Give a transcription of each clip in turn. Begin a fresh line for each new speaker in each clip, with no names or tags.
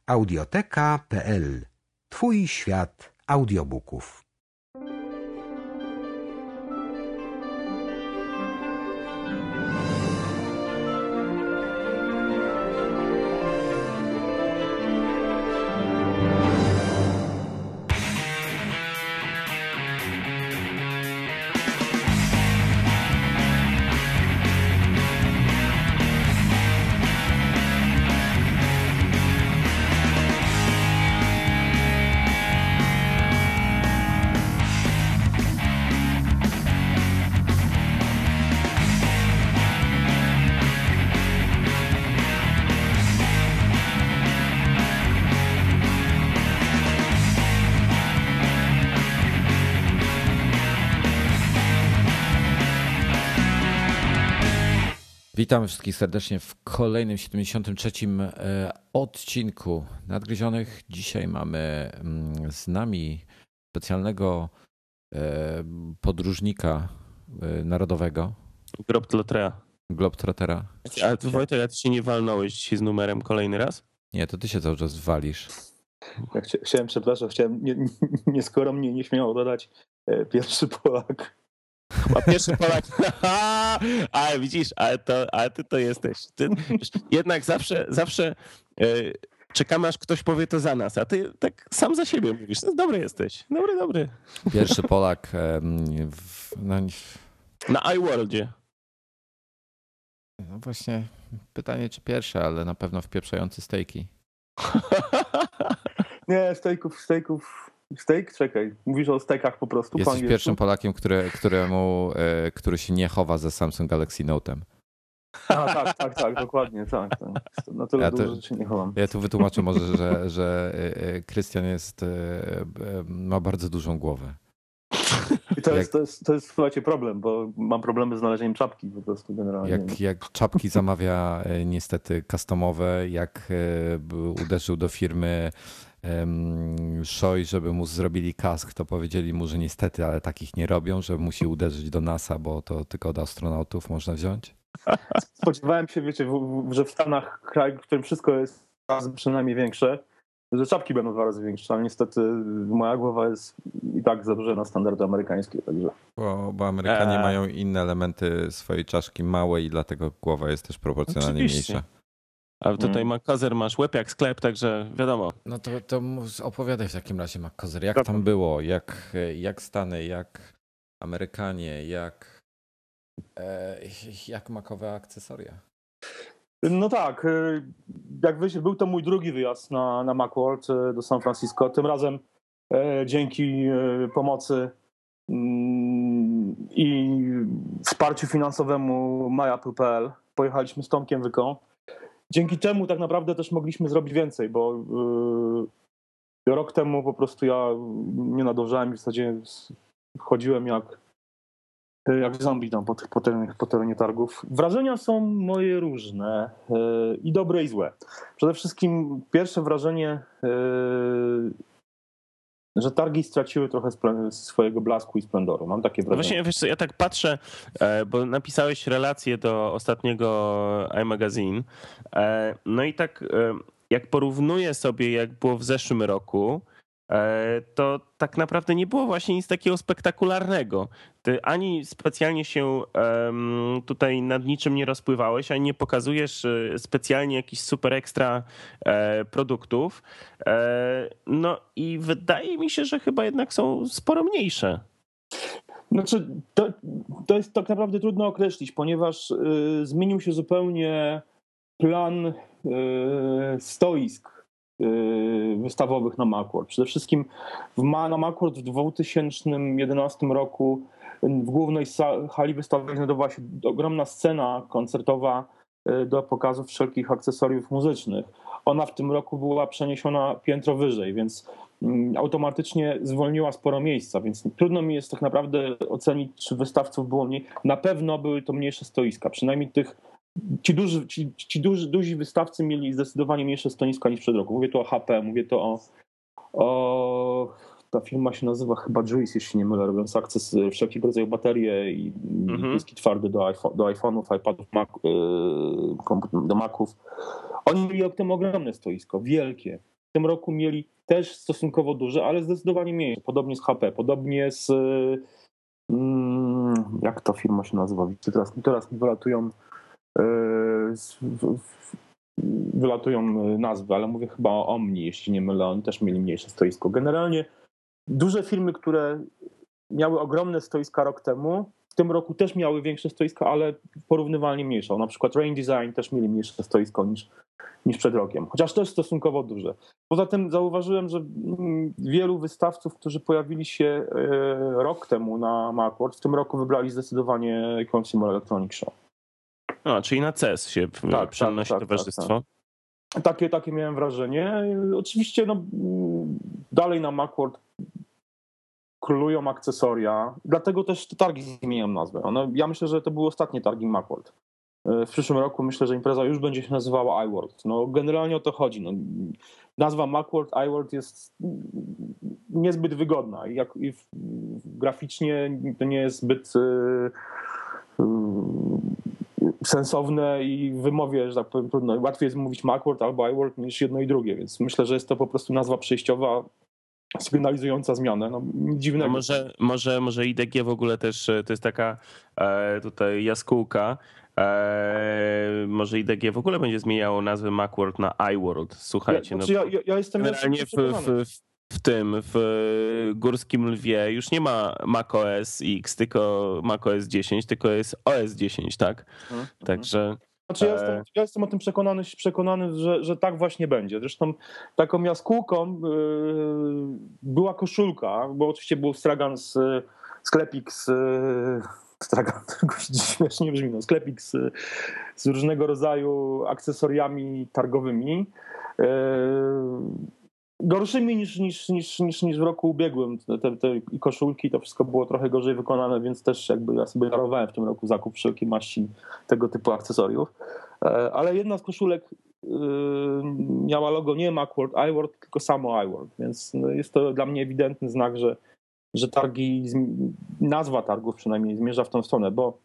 Audioteka.pl. Twój świat audiobooków.
Witamy wszystkich serdecznie w kolejnym 73. odcinku Nadgryzionych. Dzisiaj mamy z nami specjalnego podróżnika narodowego. Globetrottera.
A Wojtek, a ty się nie walnąłeś dzisiaj z numerem kolejny raz?
Nie, to ty się cały czas walisz.
Ja chciałem nieskoromnie, nieśmiało dodać pierwszy Polak.
A pierwszy Polak, ale widzisz, ale ty to jesteś. Ty, jednak zawsze czekamy, aż ktoś powie to za nas, a ty tak sam za siebie mówisz. No, dobry jesteś, dobry.
Pierwszy Polak
na iWorldzie.
No właśnie, pytanie czy pierwszy, ale na pewno wpieprzający stejki.
Nie, steak? Czekaj, mówisz o steakach po prostu.
Jesteś pierwszym Polakiem, który się nie chowa ze Samsung Galaxy Note'em.
Tak, dokładnie, tak. Na tyle dużo, że się nie chowam.
Ja tu wytłumaczę może, że Krystian ma bardzo dużą głowę.
I to jest słuchajcie, problem, bo mam problemy z znalezieniem czapki po prostu generalnie.
Jak czapki zamawia niestety customowe, jak uderzył do firmy Szoj, żeby mu zrobili kask, to powiedzieli mu, że niestety, ale takich nie robią, że musi uderzyć do NASA, bo to tylko od astronautów można wziąć.
Spodziewałem się, wiecie, że w Stanach, kraj, w którym wszystko jest razy przynajmniej większe, że czapki będą 2 razy większe, ale niestety moja głowa jest i tak za duża na standardy amerykańskie. Także.
Bo Amerykanie mają inne elementy swojej czaszki małe i dlatego głowa jest też proporcjonalnie mniejsza.
A tutaj MacCozer masz łeb jak sklep, także wiadomo.
No to opowiadaj w takim razie, MacCozer, jak tam było, jak Stany, jak Amerykanie, jak makowe akcesoria?
No tak, jak wiecie, był to mój drugi wyjazd na Macworld do San Francisco. Tym razem dzięki pomocy i wsparciu finansowemu myapple.pl pojechaliśmy z Tomkiem Wyką. Dzięki temu tak naprawdę też mogliśmy zrobić więcej, bo rok temu po prostu ja nie nadążałem, w zasadzie chodziłem jak zombie tam po terenie targów. Wrażenia są moje różne i dobre i złe. Przede wszystkim pierwsze wrażenie, że targi straciły trochę swojego blasku i splendoru. Mam takie wrażenie.
Właśnie, wiesz co, ja tak patrzę, bo napisałeś relację do ostatniego iMagazine. No i tak jak porównuję sobie, jak było w zeszłym roku, to tak naprawdę nie było właśnie nic takiego spektakularnego. Ty ani specjalnie się tutaj nad niczym nie rozpływałeś, ani nie pokazujesz specjalnie jakichś super ekstra produktów. No i wydaje mi się, że chyba jednak są sporo mniejsze.
Znaczy, to jest tak naprawdę trudno określić, ponieważ zmienił się zupełnie plan stoisk wystawowych na Macworld. Przede wszystkim na Macworld w 2011 roku w głównej hali wystawowej znajdowała się ogromna scena koncertowa do pokazu wszelkich akcesoriów muzycznych. Ona w tym roku była przeniesiona piętro wyżej, więc automatycznie zwolniła sporo miejsca, więc trudno mi jest tak naprawdę ocenić, czy wystawców było mniej. Na pewno były to mniejsze stoiska, przynajmniej ci duzi wystawcy mieli zdecydowanie mniejsze stoiska niż przed roku. Mówię tu o HP, mówię to ta firma się nazywa chyba Juice, jeśli nie mylę, robiąc akces wszelkiego rodzaju baterie i dyski twarde do iPhone'ów, iPadów, do Maców. Oni mieli o tym ogromne stoisko, wielkie. tym roku mieli też stosunkowo duże, ale zdecydowanie mniejsze. Podobnie z HP, podobnie z... jak ta firma się nazywa? Teraz mi wylatują nazwy, ale mówię chyba o Omni, jeśli nie mylę, oni też mieli mniejsze stoisko. Generalnie duże firmy, które miały ogromne stoiska rok temu, w tym roku też miały większe stoiska, ale porównywalnie mniejsze. Na przykład Rain Design też mieli mniejsze stoisko niż przed rokiem, chociaż też stosunkowo duże. Poza tym zauważyłem, że wielu wystawców, którzy pojawili się rok temu na Macworld, w tym roku wybrali zdecydowanie Consumer Electronics Show.
Czyli na CES się przenosi towarzystwo.
Takie miałem wrażenie. Oczywiście dalej na Macworld królują akcesoria, dlatego też te targi zmieniają nazwę. Ja myślę, że to były ostatnie targi Macworld. W przyszłym roku myślę, że impreza już będzie się nazywała iWorld. Generalnie o to chodzi. Nazwa Macworld, iWorld jest niezbyt wygodna i graficznie to nie jest zbyt sensowne i w wymowie, że tak powiem, trudno. Łatwiej jest mówić Macworld albo iWorld niż jedno i drugie, więc myślę, że jest to po prostu nazwa przejściowa sygnalizująca zmianę. Dziwnego.
Może IDG w ogóle też to jest taka tutaj jaskółka. Może IDG w ogóle będzie zmieniało nazwę Macworld na iWorld. Słuchajcie,
ja jestem
generalnie w Górskim Lwie już nie ma macOS X, tylko macOS 10, tylko jest OS 10, tak? Także...
Ja jestem o tym przekonany, że tak właśnie będzie. Zresztą taką jaskółką była koszulka, bo oczywiście był sklepik Stragan, śmiesznie brzmi, sklepik z różnego rodzaju akcesoriami targowymi. Gorszymi niż w roku ubiegłym. Te koszulki, to wszystko było trochę gorzej wykonane, więc też jakby ja sobie darowałem w tym roku zakup wszelkiej maści tego typu akcesoriów. Ale jedna z koszulek miała logo nie Macworld, iWorld, tylko samo iWorld, więc jest to dla mnie ewidentny znak, że targi, nazwa targów przynajmniej zmierza w tą stronę, bo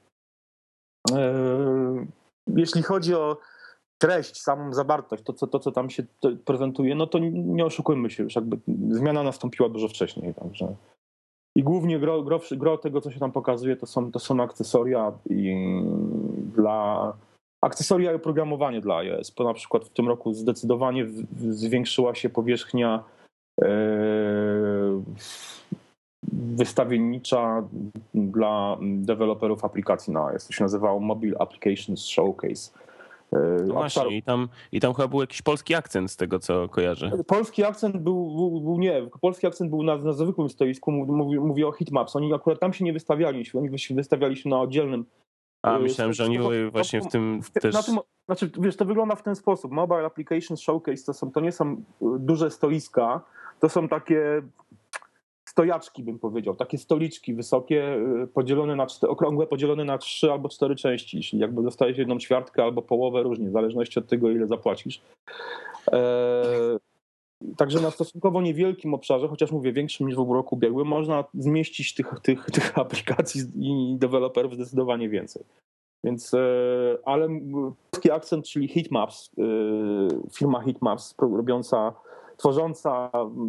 jeśli chodzi o treść, samą zawartość, to co tam się prezentuje, no to nie oszukujmy się, już jakby zmiana nastąpiła dużo wcześniej, także i głównie gro tego, co się tam pokazuje, to są akcesoria akcesoria i oprogramowanie dla iOS, bo na przykład w tym roku zdecydowanie zwiększyła się powierzchnia wystawiennicza dla deweloperów aplikacji na iOS. To się nazywało Mobile Applications Showcase.
No właśnie, i tam chyba był jakiś polski akcent z tego, co kojarzę.
Polski akcent polski akcent był na zwykłym stoisku, mówię o Hitmaps. Oni akurat tam się nie wystawiali, oni wystawiali się na oddzielnym.
Myślałem, że oni byli właśnie w tym też...
to wygląda w ten sposób. Mobile Applications Showcase to nie są duże stoiska, to są takie stojaczki, bym powiedział, takie stoliczki wysokie, okrągłe, podzielone na 3 albo 4 części, czyli jakby dostajesz 1/4 albo połowę, różnie, w zależności od tego, ile zapłacisz. Także na stosunkowo niewielkim obszarze, chociaż mówię większym niż w roku ubiegłym, można zmieścić tych aplikacji i deweloperów zdecydowanie więcej. Więc, ale polski akcent, czyli Hitmaps, firma Hitmaps tworząca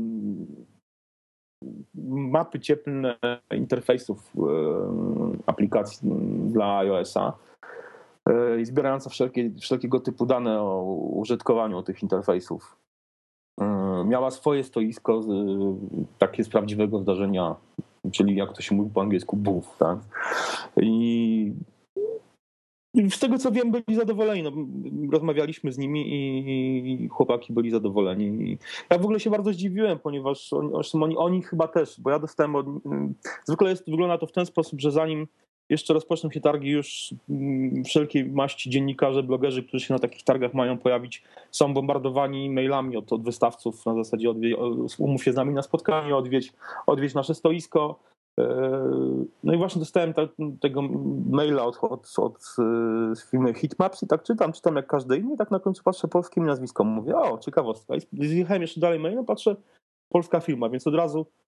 mapy cieplne interfejsów aplikacji dla iOS-a i zbierająca wszelkiego typu dane o użytkowaniu tych interfejsów. Miała swoje stoisko, takie z prawdziwego zdarzenia, czyli jak to się mówi po angielsku, booth, tak? I z tego co wiem, byli zadowoleni. Rozmawialiśmy z nimi i chłopaki byli zadowoleni. I ja w ogóle się bardzo zdziwiłem, ponieważ oni chyba też, bo ja dostałem zwykle wygląda to w ten sposób, że zanim jeszcze rozpoczną się targi, już wszelkiej maści dziennikarze, blogerzy, którzy się na takich targach mają pojawić, są bombardowani mailami od wystawców na zasadzie umów się z nami na spotkanie, odwiedź nasze stoisko. No i właśnie dostałem tego maila od firmy Hitmaps i tak czytam jak każdy inny i tak na końcu patrzę polskim nazwiskom. Mówię, o, ciekawostka. I zjechałem jeszcze dalej maila, patrzę, polska firma, więc od razu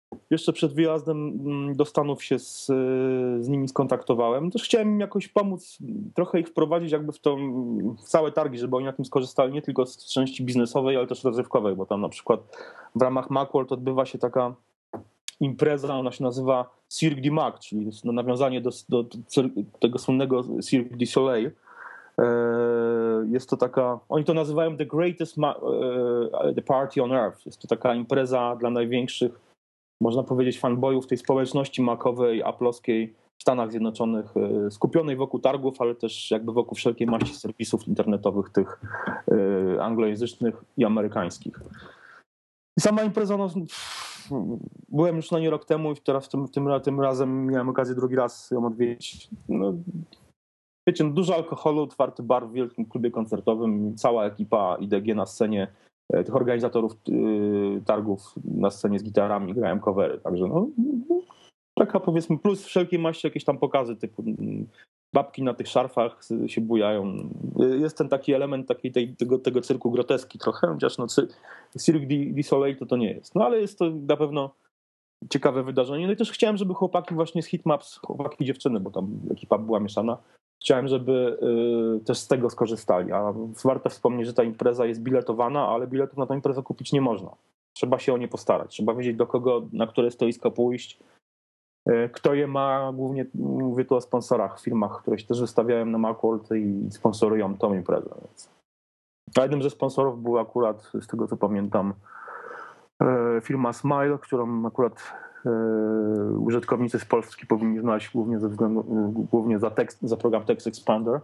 jeszcze przed wyjazdem do Stanów się z nimi skontaktowałem. Też chciałem im jakoś pomóc, trochę ich wprowadzić jakby w całe targi, żeby oni na tym skorzystali nie tylko z części biznesowej, ale też rozrywkowej, bo tam na przykład w ramach Macworld odbywa się taka impreza, ona się nazywa Cirque du Mac, czyli jest nawiązanie do tego słynnego Cirque du Soleil. Jest to taka, oni to nazywają the greatest the party on earth. Jest to taka impreza dla największych, można powiedzieć, fanboyów tej społeczności macowej, aplowskiej w Stanach Zjednoczonych, skupionej wokół targów, ale też jakby wokół wszelkiej maści serwisów internetowych, tych anglojęzycznych i amerykańskich. I sama impreza, no, byłem już na nie rok temu i teraz tym razem miałem okazję drugi raz ją odwiedzić. No, wiecie, no, dużo alkoholu, otwarty bar w wielkim klubie koncertowym, cała ekipa IDG na scenie, tych organizatorów targów na scenie z gitarami, grałem covery, także no, taka powiedzmy plus wszelkiej maści jakieś tam pokazy typu babki na tych szarfach się bujają. Jest ten taki element tego cyrku groteski trochę, chociaż no, Cirque du Soleil to nie jest. No ale jest to na pewno ciekawe wydarzenie. No i też chciałem, żeby chłopaki właśnie z Hitmaps, chłopaki i dziewczyny, bo tam ekipa była mieszana, chciałem, żeby też z tego skorzystali. A warto wspomnieć, że ta impreza jest biletowana, ale biletów na tę imprezę kupić nie można. Trzeba się o nie postarać. Trzeba wiedzieć, do kogo, na które stoisko pójść, kto je ma. Głównie mówię tu o sponsorach, firmach, które się też wystawiają na Macworld i sponsorują tą imprezę. Więc. A jednym ze sponsorów był akurat, z tego co pamiętam, firma Smile, którą akurat użytkownicy z Polski powinni znać głównie za program Text Expander.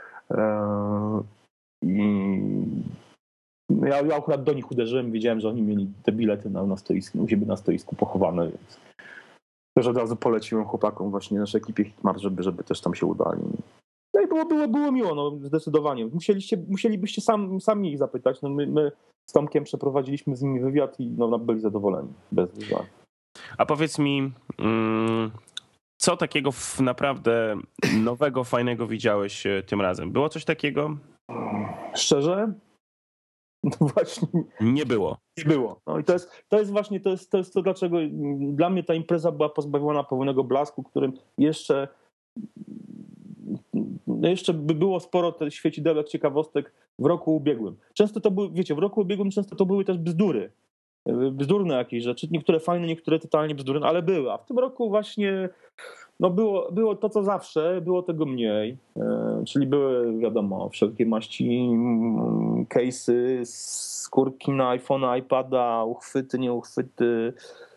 I ja akurat do nich uderzyłem, wiedziałem, że oni mieli te bilety na stoisku, u siebie na stoisku pochowane, więc też od razu poleciłem chłopakom właśnie naszej ekipie Hitmart, żeby też tam się udali. No i było miło, no zdecydowanie. Musielibyście sami ich zapytać. No my z Tomkiem przeprowadziliśmy z nimi wywiad i no, byli zadowoleni, bez wyzwania.
A powiedz mi, co takiego naprawdę nowego, fajnego widziałeś tym razem? Było coś takiego?
Szczerze? No właśnie.
Nie było.
Nie było. No i to jest właśnie to, dlaczego dla mnie ta impreza była pozbawiona pełnego blasku, którym jeszcze by było sporo tych świecidełek, ciekawostek w roku ubiegłym. Często to były, wiecie, w roku ubiegłym często to były też bzdury. Bzdurne jakieś rzeczy, niektóre fajne, niektóre totalnie bzdurne, ale były. A w tym roku właśnie no było to, co zawsze, było tego mniej. Czyli były, wiadomo, wszelkie maści case'y, skórki na iPhone'a, iPada, uchwyty, nieuchwyty,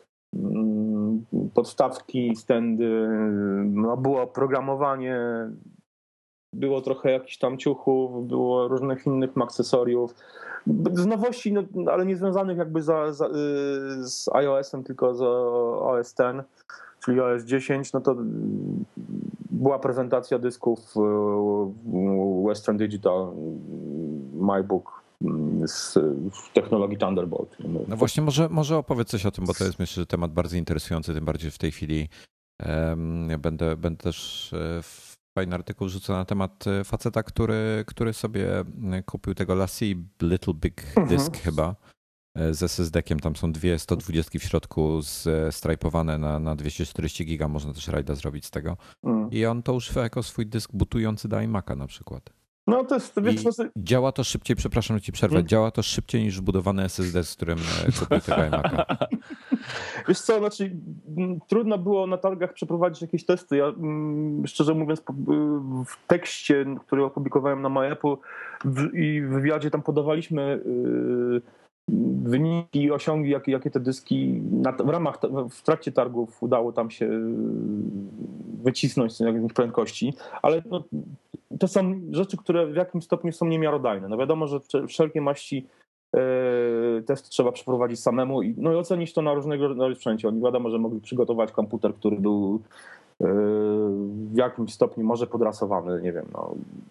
podstawki, standy, no było oprogramowanie, było trochę jakichś tam ciuchów, było różnych innych akcesoriów. Z nowości, no, ale nie związanych jakby z iOS-em, tylko z OS X, czyli OS 10, no to była prezentacja dysków Western Digital MyBook z technologii Thunderbolt.
No właśnie, może opowiedz coś o tym, bo to jest, myślę, że temat bardzo interesujący, tym bardziej w tej chwili będę też fajny artykuł rzucę na temat faceta, który sobie kupił tego Lassie Little Big Disk chyba z SSD-kiem. Tam są dwie 120 w środku strajpowane na 240 giga. Można też rajda zrobić z tego. I on to używa jako swój dysk butujący do iMac'a na przykład.
No to jest,
działa to szybciej, przepraszam, że ci przerwę, działa to szybciej niż wbudowany SSD, z którym kupił tego iMac'a.
Wiesz co, znaczy trudno było na targach przeprowadzić jakieś testy. Ja szczerze mówiąc w tekście, który opublikowałem na MyApple i w wywiadzie tam podawaliśmy wyniki i osiągi, jakie te dyski w trakcie targów udało tam się wycisnąć z jakiejś prędkości, ale no, to są rzeczy, które w jakimś stopniu są niemiarodajne. No wiadomo, że wszelkie maści test trzeba przeprowadzić samemu i ocenić to na różnego rodzaju sprzęcie. Oni wiadomo, że mogli przygotować komputer, który był w jakimś stopniu może podrasowany, nie wiem, no.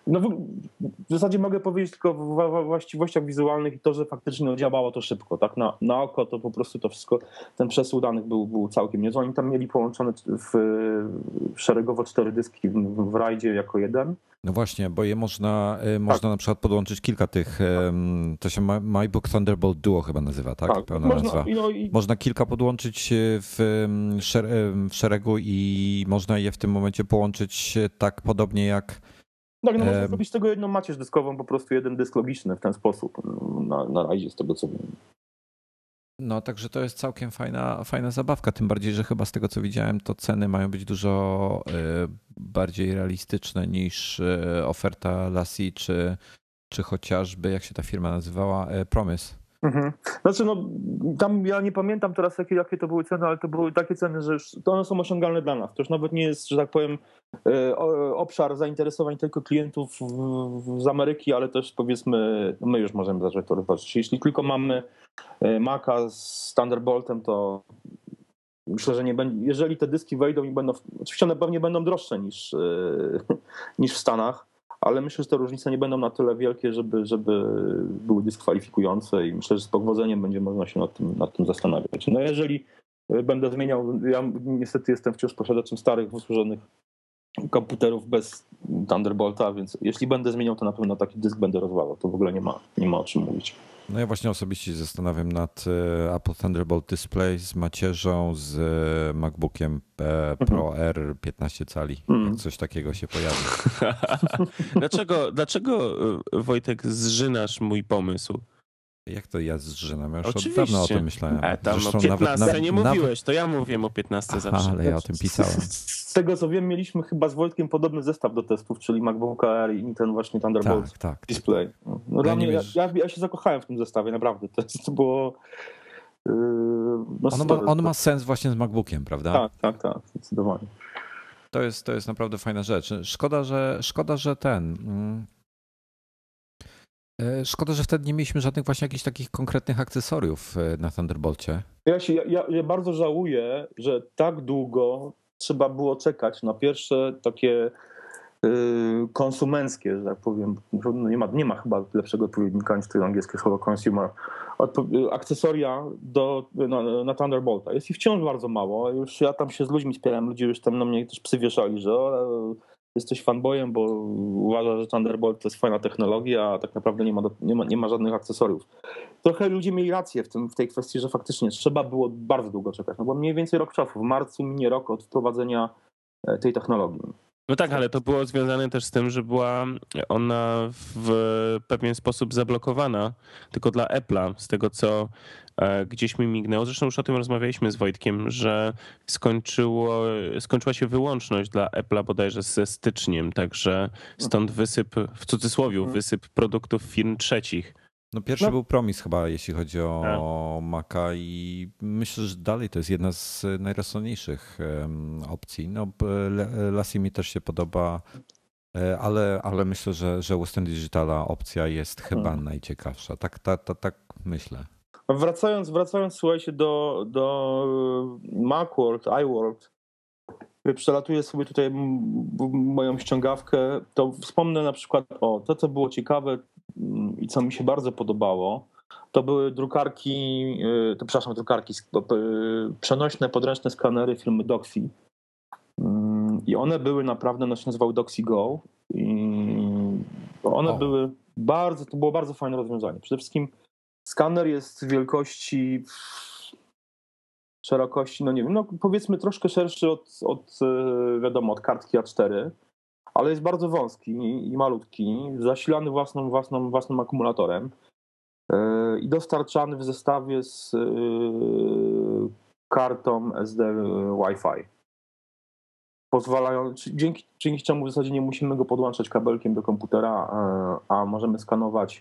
No w zasadzie mogę powiedzieć tylko w właściwościach wizualnych i to, że faktycznie działało to szybko, tak na oko to po prostu to wszystko, ten przesył danych był całkiem niezły. Oni tam mieli połączone szeregowo 4 dyski w rajdzie jako jeden.
No właśnie, bo je można na przykład podłączyć kilka tych, to się MacBook Thunderbolt Duo chyba nazywa, tak?
Tak,
Pełna nazwa. Można kilka podłączyć w szeregu i można je w tym momencie połączyć tak podobnie jak...
Tak, no można zrobić z tego jedną macierz dyskową, po prostu jeden dysk logiczny w ten sposób na rajdzie, z tego co wiem.
No, także to jest całkiem fajna zabawka, tym bardziej, że chyba z tego co widziałem, to ceny mają być dużo bardziej realistyczne niż oferta Lassie, czy chociażby, jak się ta firma nazywała, Promise.
Mhm. Znaczy, no tam ja nie pamiętam teraz, jakie to były ceny, ale to były takie ceny, że już to one są osiągalne dla nas. To już nawet nie jest, że tak powiem, obszar zainteresowań tylko klientów z Ameryki, ale też powiedzmy, my już możemy zacząć to rozważyć. Jeśli tylko mamy Maca z Thunderboltem, to myślę, że nie będzie, jeżeli te dyski wejdą i będą, oczywiście one pewnie będą droższe niż w Stanach, ale myślę, że te różnice nie będą na tyle wielkie, żeby były dyskwalifikujące i myślę, że z powodzeniem będzie można się nad tym zastanawiać. No jeżeli będę zmieniał, ja niestety jestem wciąż posiadaczem starych, wysłużonych komputerów bez Thunderbolta, więc jeśli będę zmieniał, to na pewno taki dysk będę rozwalał. To w ogóle nie ma o czym mówić.
No ja właśnie osobiście się zastanawiam nad Apple Thunderbolt Display z macierzą, z MacBookiem Pro R 15 cali. Jak coś takiego się pojawi.
Dlaczego Wojtek zżynasz mój pomysł?
Jak to ja zżynam? Ja już
Oczywiście.
od dawna o tym myślałem.
Tam o 15 nie mówiłeś, to ja mówiłem o 15 zawsze.
Ale ja o tym pisałem.
Z tego co wiem, mieliśmy chyba z Wojtkiem podobny zestaw do testów, czyli MacBook Air i ten właśnie Thunderbolt Display. No dla mnie, ja się zakochałem w tym zestawie, naprawdę. To było...
On ma sens właśnie z MacBookiem, prawda?
Tak, zdecydowanie.
To jest naprawdę fajna rzecz. Szkoda, że Szkoda, że wtedy nie mieliśmy żadnych właśnie jakichś takich konkretnych akcesoriów na Thunderbolcie.
Ja bardzo żałuję, że tak długo trzeba było czekać na pierwsze takie konsumenckie, że tak powiem, nie ma chyba lepszego odpowiednika niż to angielskie słowo consumer, akcesoria na Thunderbolta. Jest ich wciąż bardzo mało. Już ja tam się z ludźmi spierałem, ludzie już tam na mnie też przywieszali, że jesteś fanboyem, bo uważa, że Thunderbolt to jest fajna technologia, a tak naprawdę nie ma żadnych akcesoriów. Trochę ludzie mieli rację w tej kwestii, że faktycznie trzeba było bardzo długo czekać, no bo mniej więcej rok czasu. W marcu minie rok od wprowadzenia tej technologii.
No tak, ale to było związane też z tym, że była ona w pewien sposób zablokowana tylko dla Apple'a, z tego co gdzieś mi mignęło. Zresztą już o tym rozmawialiśmy z Wojtkiem, że skończyła się wyłączność dla Apple'a bodajże ze styczniem, także stąd wysyp, w cudzysłowie, wysyp produktów firm trzecich.
No pierwszy był Promise chyba, jeśli chodzi o Maca i myślę, że dalej to jest jedna z najrozsądniejszych opcji. No Lassie mi też się podoba, ale myślę, że Western Digitala opcja jest chyba najciekawsza. Tak myślę.
Wracając słuchajcie, do Macworld, iWorld, przelatuję sobie tutaj moją ściągawkę, to wspomnę na przykład to, co było ciekawe i co mi się bardzo podobało, to były przenośne, podręczne skanery firmy Doxy. I one były naprawdę, się nazywały Doxy Go i one były to było bardzo fajne rozwiązanie. Przede wszystkim skaner jest wielkości, szerokości, powiedzmy troszkę szerszy od kartki A4, ale jest bardzo wąski i malutki, zasilany własnym akumulatorem i dostarczany w zestawie z kartą SD Wi-Fi. Dzięki czemu w zasadzie nie musimy go podłączać kabelkiem do komputera, a możemy skanować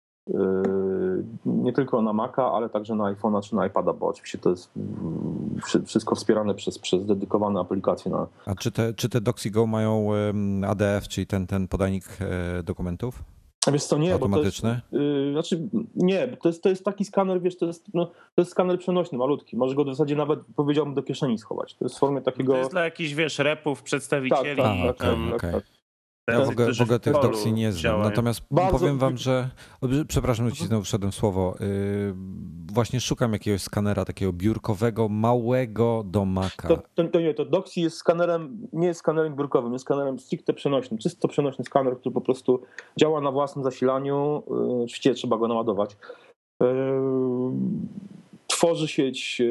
nie tylko na Maca, ale także na iPhone'a czy na iPada, bo oczywiście to jest wszystko wspierane przez dedykowane aplikacje.
A czy te Doxy Go mają ADF, czyli ten podajnik dokumentów?
Wiesz co, nie,
automatyczny?
Bo nie, to jest taki skaner, wiesz, to jest skaner przenośny, malutki. Możesz go w zasadzie nawet, powiedziałbym, do kieszeni schować. To jest w formie takiego...
To jest dla jakichś, repów, przedstawicieli.
Tak.
Ja w ogóle tych doksji nie znam.
działają.
Natomiast powiem wam, że... Przepraszam, że ci znowu wszedłem w słowo. Właśnie szukam jakiegoś skanera takiego biurkowego, małego do Maca.
To Doxy jest skanerem, nie jest skanerem biurkowym, jest skanerem stricte przenośnym. Czysto przenośny skaner, który po prostu działa na własnym zasilaniu. Oczywiście trzeba go naładować. Tworzy sieć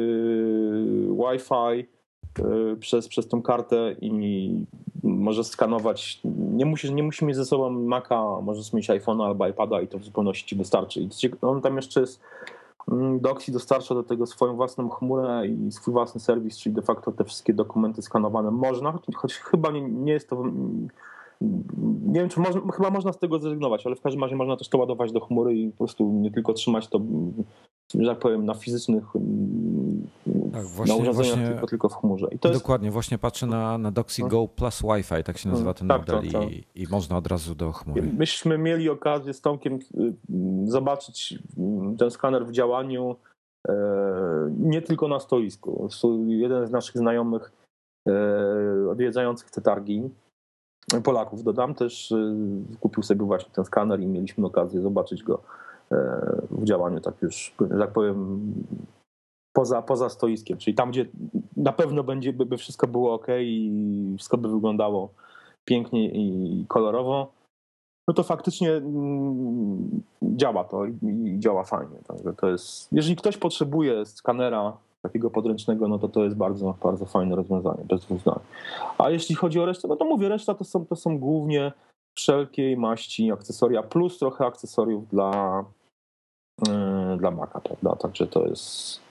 Wi-Fi przez tą kartę i może skanować. Nie musi mieć ze sobą Maca, możesz mieć iPhone'a albo iPada i to w zupełności ci wystarczy. I on tam jeszcze jest, Doxy dostarcza do tego swoją własną chmurę i swój własny serwis, czyli de facto te wszystkie dokumenty skanowane można, choć chyba nie jest to... Nie wiem, czy chyba można z tego zrezygnować, ale w każdym razie można też to ładować do chmury i po prostu nie tylko trzymać to, że tak powiem, na fizycznych na urządzeniach, tylko w chmurze. I to
dokładnie, właśnie patrzę na Doxy Go Plus Wi-Fi, tak się nazywa ten model i można od razu do chmury.
Myśmy mieli okazję z Tomkiem zobaczyć ten skaner w działaniu nie tylko na stoisku. Jeden z naszych znajomych odwiedzających te targi, Polaków dodam, też kupił sobie właśnie ten skaner i mieliśmy okazję zobaczyć go w działaniu, tak już, że tak powiem, poza stoiskiem, czyli tam, gdzie na pewno by wszystko było ok i wszystko by wyglądało pięknie i kolorowo, no to faktycznie działa to i działa fajnie. Także to jest, jeżeli ktoś potrzebuje skanera takiego podręcznego, no to jest bardzo, bardzo fajne rozwiązanie, bez dwóch zdań. A jeśli chodzi o resztę, no to mówię, reszta to są głównie wszelkiej maści akcesoria, plus trochę akcesoriów dla Maca, prawda? Także to jest...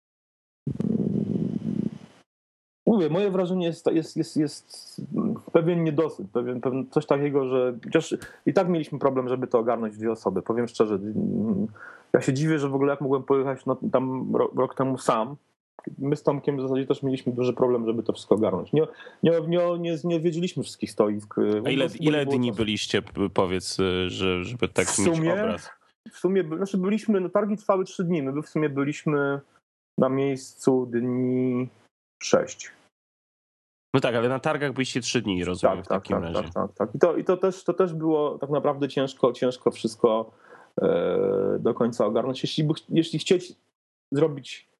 Mówię, moje wrażenie jest pewien niedosyt, pewien coś takiego, że chociaż i tak mieliśmy problem, żeby to ogarnąć 2 osoby. Powiem szczerze, ja się dziwię, że w ogóle jak mogłem pojechać tam rok temu sam, my z Tomkiem w zasadzie też mieliśmy duży problem, żeby to wszystko ogarnąć. Nie odwiedziliśmy wszystkich stoisk.
A ile dni byliście, powiedz, żeby tak mieć obraz?
W sumie byliśmy, targi trwały 3 dni, my w sumie byliśmy na miejscu dni 6.
No tak, ale na targach byliście 3 dni, rozumiem, w takim razie.
Tak. I to też było tak naprawdę ciężko wszystko do końca ogarnąć. Jeśli chcieć zrobić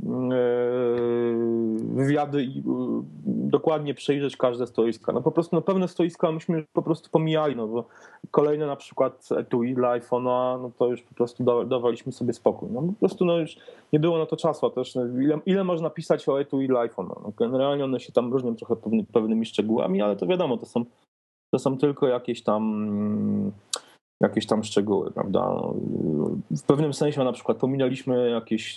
wywiady i dokładnie przejrzeć każde stoiska. No po prostu pewne stoiska myśmy po prostu pomijali, no bo kolejne na przykład etui dla iPhone'a, no to już po prostu dawaliśmy sobie spokój. No po prostu już nie było na to czasu, a też ile można pisać o etui dla iPhone'a. No, generalnie one się tam różnią trochę pewnymi szczegółami, ale to wiadomo, to są tylko jakieś tam szczegóły, prawda? W pewnym sensie na przykład pominęliśmy jakieś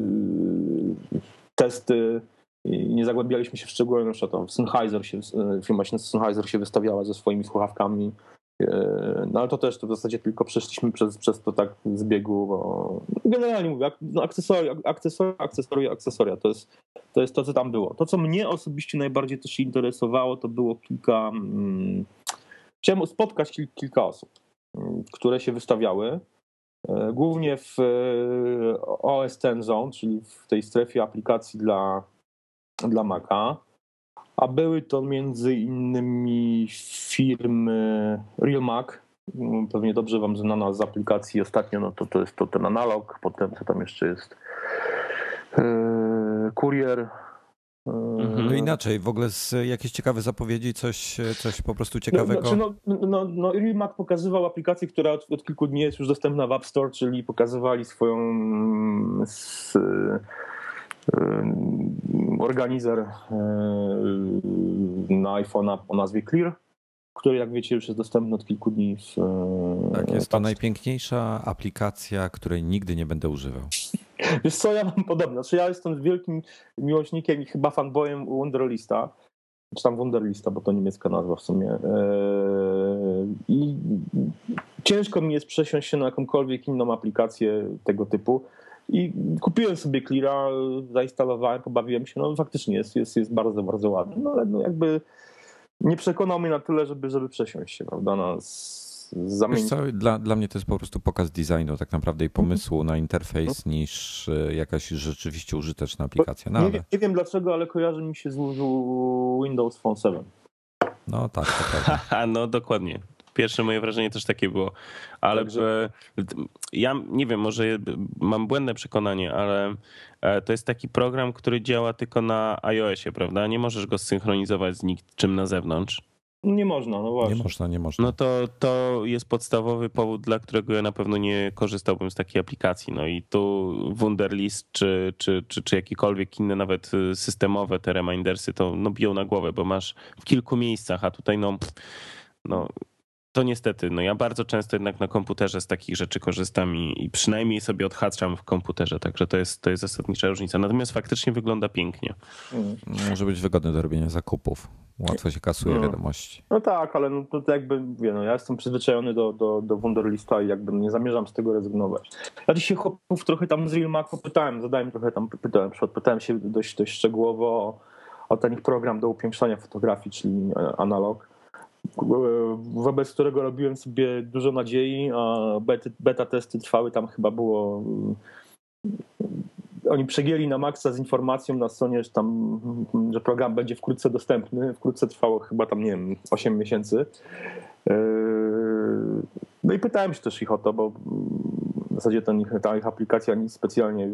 testy i nie zagłębialiśmy się w szczegóły, na przykład firma Sennheiser się wystawiała ze swoimi słuchawkami, no ale to też w zasadzie tylko przeszliśmy przez to tak z biegu, bo generalnie mówię, no akcesoria, to jest to, co tam było. To, co mnie osobiście najbardziej też interesowało, to było chciałem spotkać kilka osób, które się wystawiały, głównie w OS X Zone, czyli w tej strefie aplikacji dla Maca, a były to między innymi firmy Real Mac, pewnie dobrze wam znana z aplikacji ostatnio, no to jest to ten Analog, potem co tam jeszcze jest, Courier.
No inaczej, w ogóle jakieś ciekawe zapowiedzi, coś po prostu ciekawego?
Real Mac pokazywał aplikację, która od kilku dni jest już dostępna w App Store, czyli pokazywali swoją organizer na iPhone'a o nazwie Clear, który, jak wiecie, już jest dostępny od kilku dni.
Tak, jest to najpiękniejsza aplikacja, której nigdy nie będę używał.
Wiesz co, ja mam podobne. Znaczy, ja jestem wielkim miłośnikiem i chyba fanboyem Wunderlista, czy tam Wunderlista, bo to niemiecka nazwa w sumie. I ciężko mi jest przesiąść się na jakąkolwiek inną aplikację tego typu. I kupiłem sobie Cleara, zainstalowałem, pobawiłem się. No faktycznie jest bardzo, bardzo ładny. No ale jakby nie przekonał mnie na tyle, żeby przesiąść się, prawda, zamienić.
Dla mnie to jest po prostu pokaz designu tak naprawdę i pomysłu na interfejs niż jakaś rzeczywiście użyteczna aplikacja. No,
nie wiem dlaczego, ale kojarzy mi się z Windows Phone 7.
No tak, to prawda.
No dokładnie. Pierwsze moje wrażenie też takie było. Ale
Także-
ja nie wiem, może mam błędne przekonanie, ale to jest taki program, który działa tylko na iOSie, prawda? Nie możesz go zsynchronizować z niczym na zewnątrz.
Nie można, no właśnie.
Nie można.
No to jest podstawowy powód, dla którego ja na pewno nie korzystałbym z takiej aplikacji. No i tu Wunderlist czy jakiekolwiek inne nawet systemowe te remindersy to no biją na głowę, bo masz w kilku miejscach, a tutaj no to niestety, no ja bardzo często jednak na komputerze z takich rzeczy korzystam i przynajmniej sobie odhaczam w komputerze, także to jest zasadnicza różnica. Natomiast faktycznie wygląda pięknie.
Może być wygodny do robienia zakupów. Łatwo się kasuje wiadomości.
No tak, ale no to jakby, ja jestem przyzwyczajony do Wunderlista i jakby nie zamierzam z tego rezygnować. Ja dzisiaj chłopów trochę tam z Real Macu zadałem trochę tam pytałem się dość szczegółowo o ten ich program do upiększania fotografii, czyli Analog, wobec którego robiłem sobie dużo nadziei, a beta testy trwały tam chyba było... Oni przegięli na maksa z informacją na stronie, że program będzie wkrótce dostępny. Wkrótce trwało chyba tam, nie wiem, 8 miesięcy. No i pytałem się też ich o to, bo w zasadzie ta ich aplikacja nic specjalnie...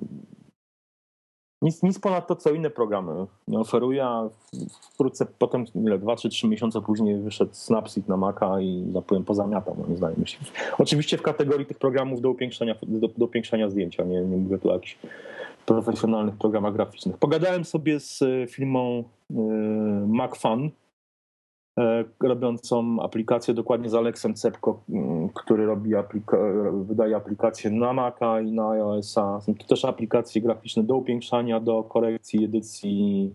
Nic ponad to, co inne programy nie oferuje, a wkrótce potem, 2 czy 3 miesiące później wyszedł Snapseed na Maca i pozamiatał, moim zdaniem. Oczywiście w kategorii tych programów do upiększania zdjęcia, nie mówię tu o jakichś profesjonalnych programach graficznych. Pogadałem sobie z firmą MacFun, robiącą aplikację dokładnie z Aleksem Cepko, który wydaje aplikacje na Maca i na iOS-a. Są to też aplikacje graficzne do upiększania, do korekcji, edycji.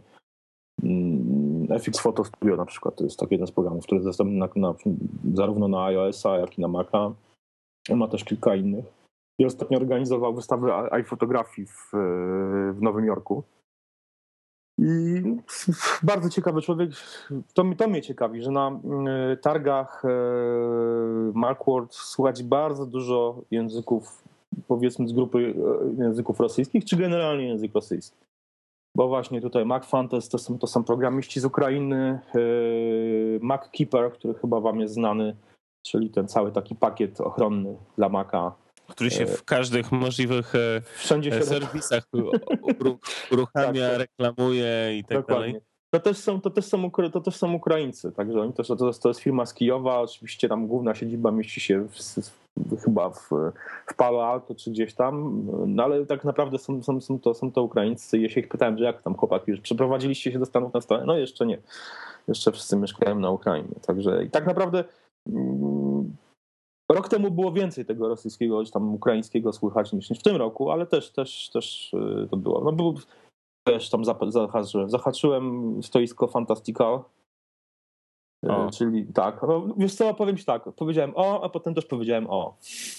FX Photo Studio na przykład to jest taki jeden z programów, który jest dostępny zarówno na iOS-a, jak i na Maca. Ma też kilka innych. I ostatnio organizował wystawę iFotografii w Nowym Jorku. I bardzo ciekawy człowiek, to mnie ciekawi, że na targach Macworld słychać bardzo dużo języków, powiedzmy z grupy języków rosyjskich, czy generalnie język rosyjski. Bo właśnie tutaj MacFun to są programiści z Ukrainy, MacKeeper, który chyba wam jest znany, czyli ten cały taki pakiet ochronny dla Maca.
Który się w każdych możliwych serwisach uruchamia,
tak.
reklamuje i tak
Dokładnie.
dalej.
To też są Ukraińcy, także oni też, to jest firma z Kijowa, oczywiście tam główna siedziba mieści się chyba w Palo Alto czy gdzieś tam, no ale tak naprawdę są to Ukraińcy. Ja się ich pytałem, że jak tam chłopaki, już przeprowadziliście się do Stanów na stałe? No jeszcze nie. Jeszcze wszyscy mieszkają na Ukrainie, także i tak naprawdę rok temu było więcej tego rosyjskiego czy tam ukraińskiego słychać niż w tym roku, ale też to było. No też tam zahaczyłem stoisko Fantastical, czyli tak, no, wiesz co, powiem ci tak, powiedziałem o, a potem też powiedziałem o.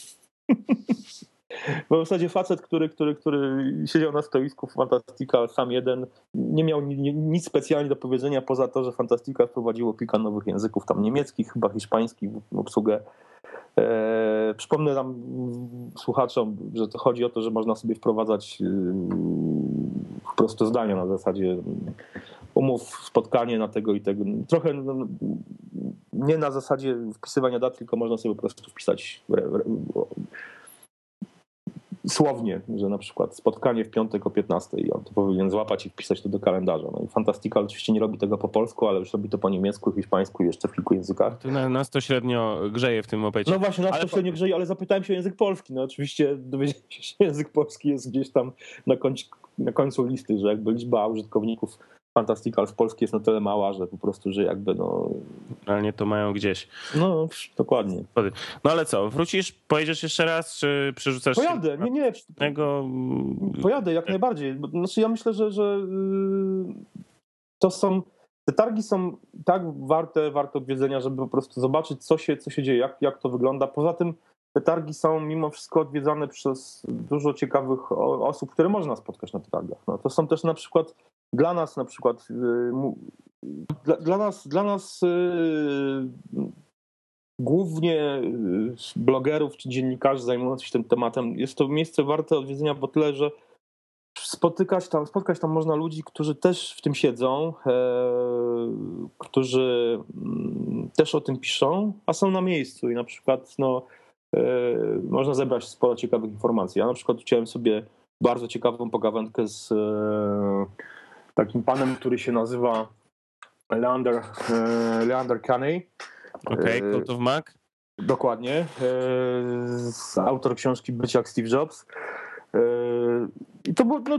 Bo w zasadzie facet, który siedział na stoisku Fantastical, sam jeden, nie miał nic specjalnie do powiedzenia poza to, że Fantastical wprowadziło kilka nowych języków, tam niemieckich, chyba hiszpańskich w obsługę. Przypomnę tam słuchaczom, że to chodzi o to, że można sobie wprowadzać po prostu zdania na zasadzie umów, spotkanie na tego i tego. Trochę nie na zasadzie wpisywania dat, tylko można sobie po prostu wpisać słownie, że na przykład spotkanie w piątek o 15:00 i on to powinien złapać i wpisać to do kalendarza. No i Fantastical oczywiście nie robi tego po polsku, ale już robi to po niemiecku, hiszpańsku i jeszcze w kilku językach.
To nas to średnio grzeje w tym momencie.
No właśnie, nas to średnio grzeje, ale zapytałem się o język polski. No oczywiście dowiedziałem się, że język polski jest gdzieś tam na końcu listy, że jakby liczba użytkowników Fantastical w Polsce jest na tyle mała, że po prostu, że jakby
realnie to mają gdzieś.
No, dokładnie.
No ale co, wrócisz, pojedziesz jeszcze raz, czy przerzucasz
Pojadę, nie. Pojadę jak najbardziej. Znaczy ja myślę, że te targi są tak warte odwiedzenia, żeby po prostu zobaczyć, co się dzieje, jak to wygląda. Poza tym te targi są mimo wszystko odwiedzane przez dużo ciekawych osób, które można spotkać na tych targach. No, to są też na przykład dla nas głównie blogerów czy dziennikarzy zajmujących się tym tematem jest to miejsce warte odwiedzenia, bo tyle, że spotkać tam można ludzi, którzy też w tym siedzą, którzy też o tym piszą, a są na miejscu i na przykład można zebrać sporo ciekawych informacji. Ja na przykład chciałem sobie bardzo ciekawą pogawędkę z takim panem, który się nazywa Leander Caney.
Okej, Cult of Mac.
Dokładnie. Autor książki Być jak Steve Jobs. I to było,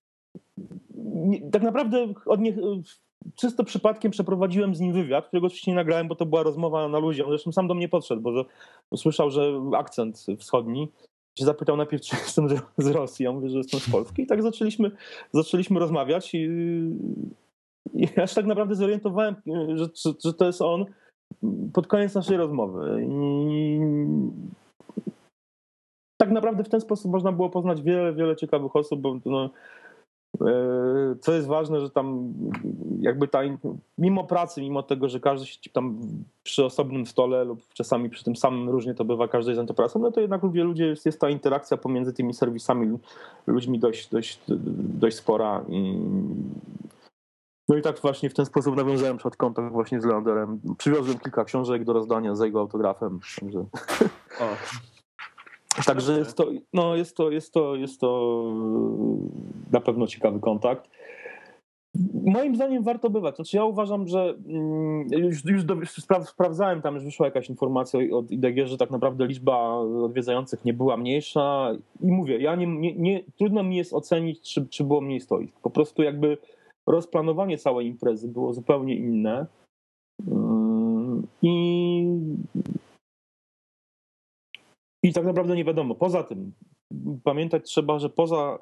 tak naprawdę czysto przypadkiem przeprowadziłem z nim wywiad, którego oczywiście nie nagrałem, bo to była rozmowa na luzie. On zresztą sam do mnie podszedł, bo usłyszał, że akcent wschodni. Się zapytał najpierw, czy jestem z Rosji. Ja mówię, że jestem z Polski. I tak zaczęliśmy rozmawiać i ja się tak naprawdę zorientowałem, że to jest on pod koniec naszej rozmowy. I tak naprawdę w ten sposób można było poznać wiele ciekawych osób, bo co jest ważne, że tam jakby mimo pracy, mimo tego, że każdy siedzi tam przy osobnym stole lub czasami przy tym samym, różnie to bywa, każdy jest zajęty pracą, to jednak jest ta interakcja pomiędzy tymi serwisami, ludźmi dość spora. No i tak właśnie w ten sposób nawiązałem przed kontakt właśnie z Leanderem. Przywiozłem kilka książek do rozdania za jego autografem. Także jest to na pewno ciekawy kontakt. Moim zdaniem warto bywać. Znaczy ja uważam, że już sprawdzałem, tam już wyszła jakaś informacja od IDG, że tak naprawdę liczba odwiedzających nie była mniejsza. I mówię, ja trudno mi jest ocenić, czy było mniej stoisk. Po prostu jakby rozplanowanie całej imprezy było zupełnie inne. I tak naprawdę nie wiadomo. Poza tym pamiętać trzeba, że poza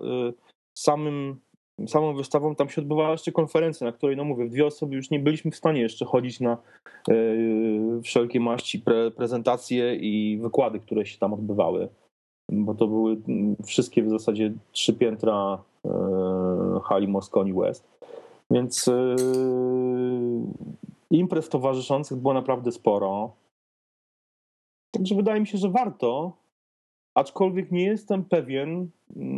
samą wystawą tam się odbywała jeszcze konferencja, na której, mówię, 2 osoby już nie byliśmy w stanie jeszcze chodzić na wszelkie maści prezentacje i wykłady, które się tam odbywały, bo to były wszystkie w zasadzie 3 piętra hali Moscone West. Więc imprez towarzyszących było naprawdę sporo. Także wydaje mi się, że warto, aczkolwiek nie jestem pewien,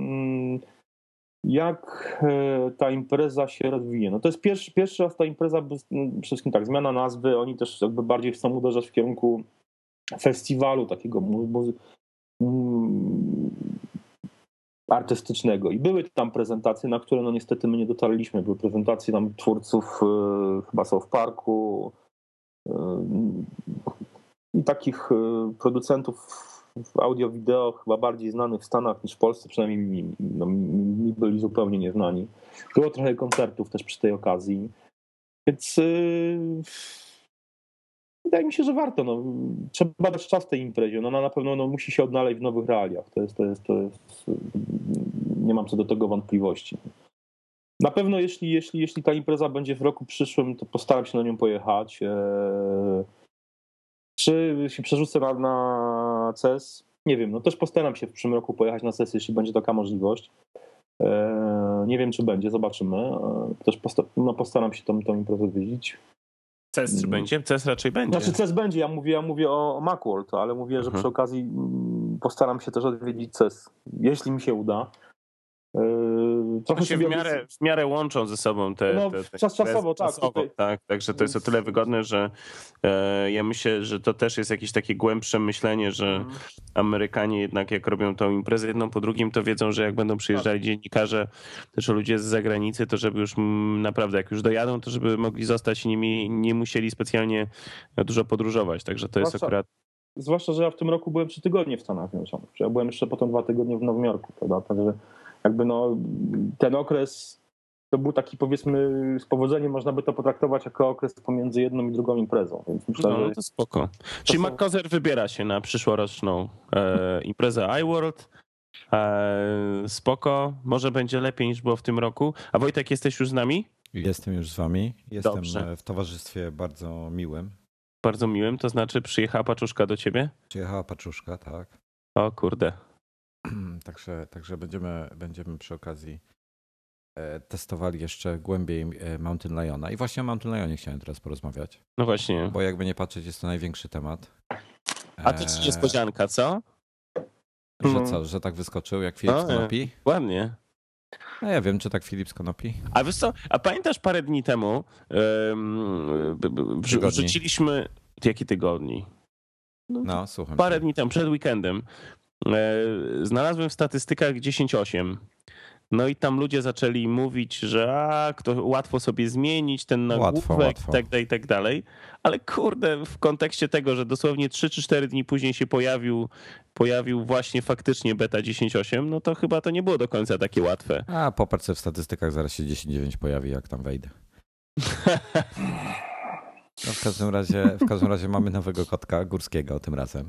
jak ta impreza się rozwinie. To jest pierwszy raz ta impreza, przede wszystkim tak, zmiana nazwy, oni też jakby bardziej chcą uderzać w kierunku festiwalu takiego artystycznego. I były tam prezentacje, na które niestety my nie dotarliśmy. Były prezentacje tam twórców chyba South Parku i takich producentów audio-wideo chyba bardziej znanych w Stanach niż w Polsce, przynajmniej mi byli zupełnie nieznani. Było trochę koncertów też przy tej okazji. Więc wydaje mi się, że warto. Trzeba dać czas tej imprezie. Ona na pewno musi się odnaleźć w nowych realiach. To jest, nie mam co do tego wątpliwości. Na pewno jeśli ta impreza będzie w roku przyszłym, to postaram się na nią pojechać. Czy się przerzucę na CES? Nie wiem, też postaram się w przyszłym roku pojechać na CES, jeśli będzie taka możliwość. Nie wiem, czy będzie, zobaczymy. Też postaram się tą imprezę odwiedzić.
CES czy będzie? CES raczej będzie.
Znaczy CES będzie, ja mówię o Macworld, ale mówię, że przy okazji postaram się też odwiedzić CES, jeśli mi się uda.
Trochę się w miarę łączą ze sobą te
czasowo,
tak. Także to jest o tyle wygodne, że ja myślę, że to też jest jakieś takie głębsze myślenie, że Amerykanie jednak jak robią tą imprezę jedną po drugim, to wiedzą, że jak będą przyjeżdżali dziennikarze, też ludzie z zagranicy, to żeby już naprawdę jak już dojadą, to żeby mogli zostać i nie musieli specjalnie dużo podróżować. Także to jest akurat...
Zwłaszcza, że ja w tym roku byłem 3 tygodnie w Stanach Zjednoczonych. Ja byłem jeszcze potem 2 tygodnie w Nowym Jorku, prawda? Także jakby ten okres to był taki, powiedzmy, z powodzeniem można by to potraktować jako okres pomiędzy jedną i drugą imprezą. Więc myślę, że
to spoko. Czyli McCozer wybiera się na przyszłoroczną imprezę iWorld. Spoko. Może będzie lepiej niż było w tym roku. A Wojtek, jesteś już z nami?
Jestem już z wami. Jestem
Dobrze.
w towarzystwie bardzo miłym.
Bardzo miłym, to znaczy przyjechała paczuszka do ciebie?
Przyjechała paczuszka, tak.
O kurde.
Także będziemy przy okazji testowali jeszcze głębiej Mountain Liona. I właśnie o Mountain Lionie chciałem teraz porozmawiać.
No właśnie.
Bo jakby nie patrzeć, jest to największy temat.
A to jest niespodzianka, co?
Że co, że tak wyskoczył jak Filip z Konopi?
Ładnie.
No ja wiem, czy tak Filip z konopi.
A wiesz co, a pamiętasz parę dni temu wrzuciliśmy... Jaki tygodni?
No, słucham.
Parę dni temu, przed weekendem, znalazłem w statystykach 10.8. No i tam ludzie zaczęli mówić, że to łatwo sobie zmienić ten nagłówek i tak dalej. Ale kurde, w kontekście tego, że dosłownie 3 czy 4 dni później się pojawił właśnie faktycznie beta 10.8, no to chyba to nie było do końca takie łatwe.
A popatrz sobie w statystykach, zaraz się 10.9 pojawi, jak tam wejdę. No w każdym razie mamy nowego kotka górskiego tym razem.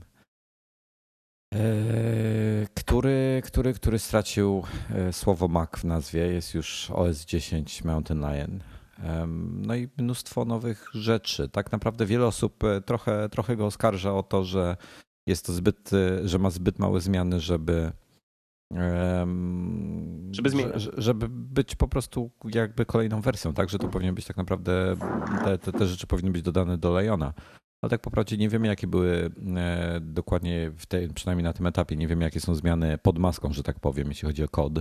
Który stracił słowo Mac w nazwie, jest już OS 10 Mountain Lion. No i mnóstwo nowych rzeczy. Tak naprawdę wiele osób trochę go oskarża o to, że jest to że ma zbyt małe zmiany, żeby być po prostu jakby kolejną wersją, tak? Że to powinien być tak naprawdę, te rzeczy powinny być dodane do Liona. Ale tak po prawdzie nie wiemy, jakie były dokładnie, przynajmniej na tym etapie, nie wiemy, jakie są zmiany pod maską, że tak powiem, jeśli chodzi o kod.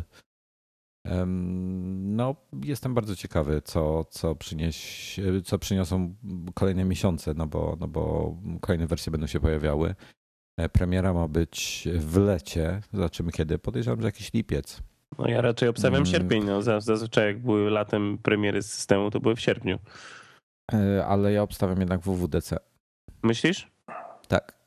No, jestem bardzo ciekawy, co przyniosą kolejne miesiące, no bo kolejne wersje będą się pojawiały. Premiera ma być w lecie, zobaczymy kiedy, podejrzewam, że jakiś lipiec.
No ja raczej obstawiam sierpień, no zazwyczaj jak były latem premiery systemu, to były w sierpniu.
Ale ja obstawiam jednak WWDC.
Myślisz?
Tak.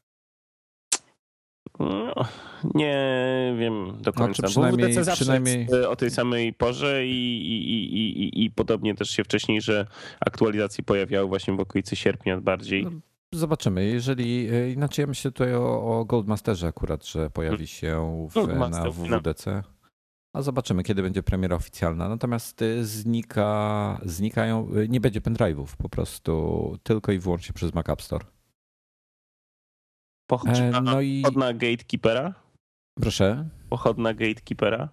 No, nie wiem do końca.
Znaczy przynajmniej
zawsze o tej samej porze i podobnie też się wcześniejsze aktualizacje pojawiały właśnie w okolicy sierpnia bardziej.
No, zobaczymy. Jeżeli inaczej ja myślę tutaj o Goldmasterze akurat, że pojawi się na WWDC. A zobaczymy, kiedy będzie premiera oficjalna. Natomiast znikają, nie będzie pendrive'ów, po prostu tylko i wyłącznie przez Mac App Store.
Pochodna Gatekeepera?
Proszę?
Pochodna Gatekeepera?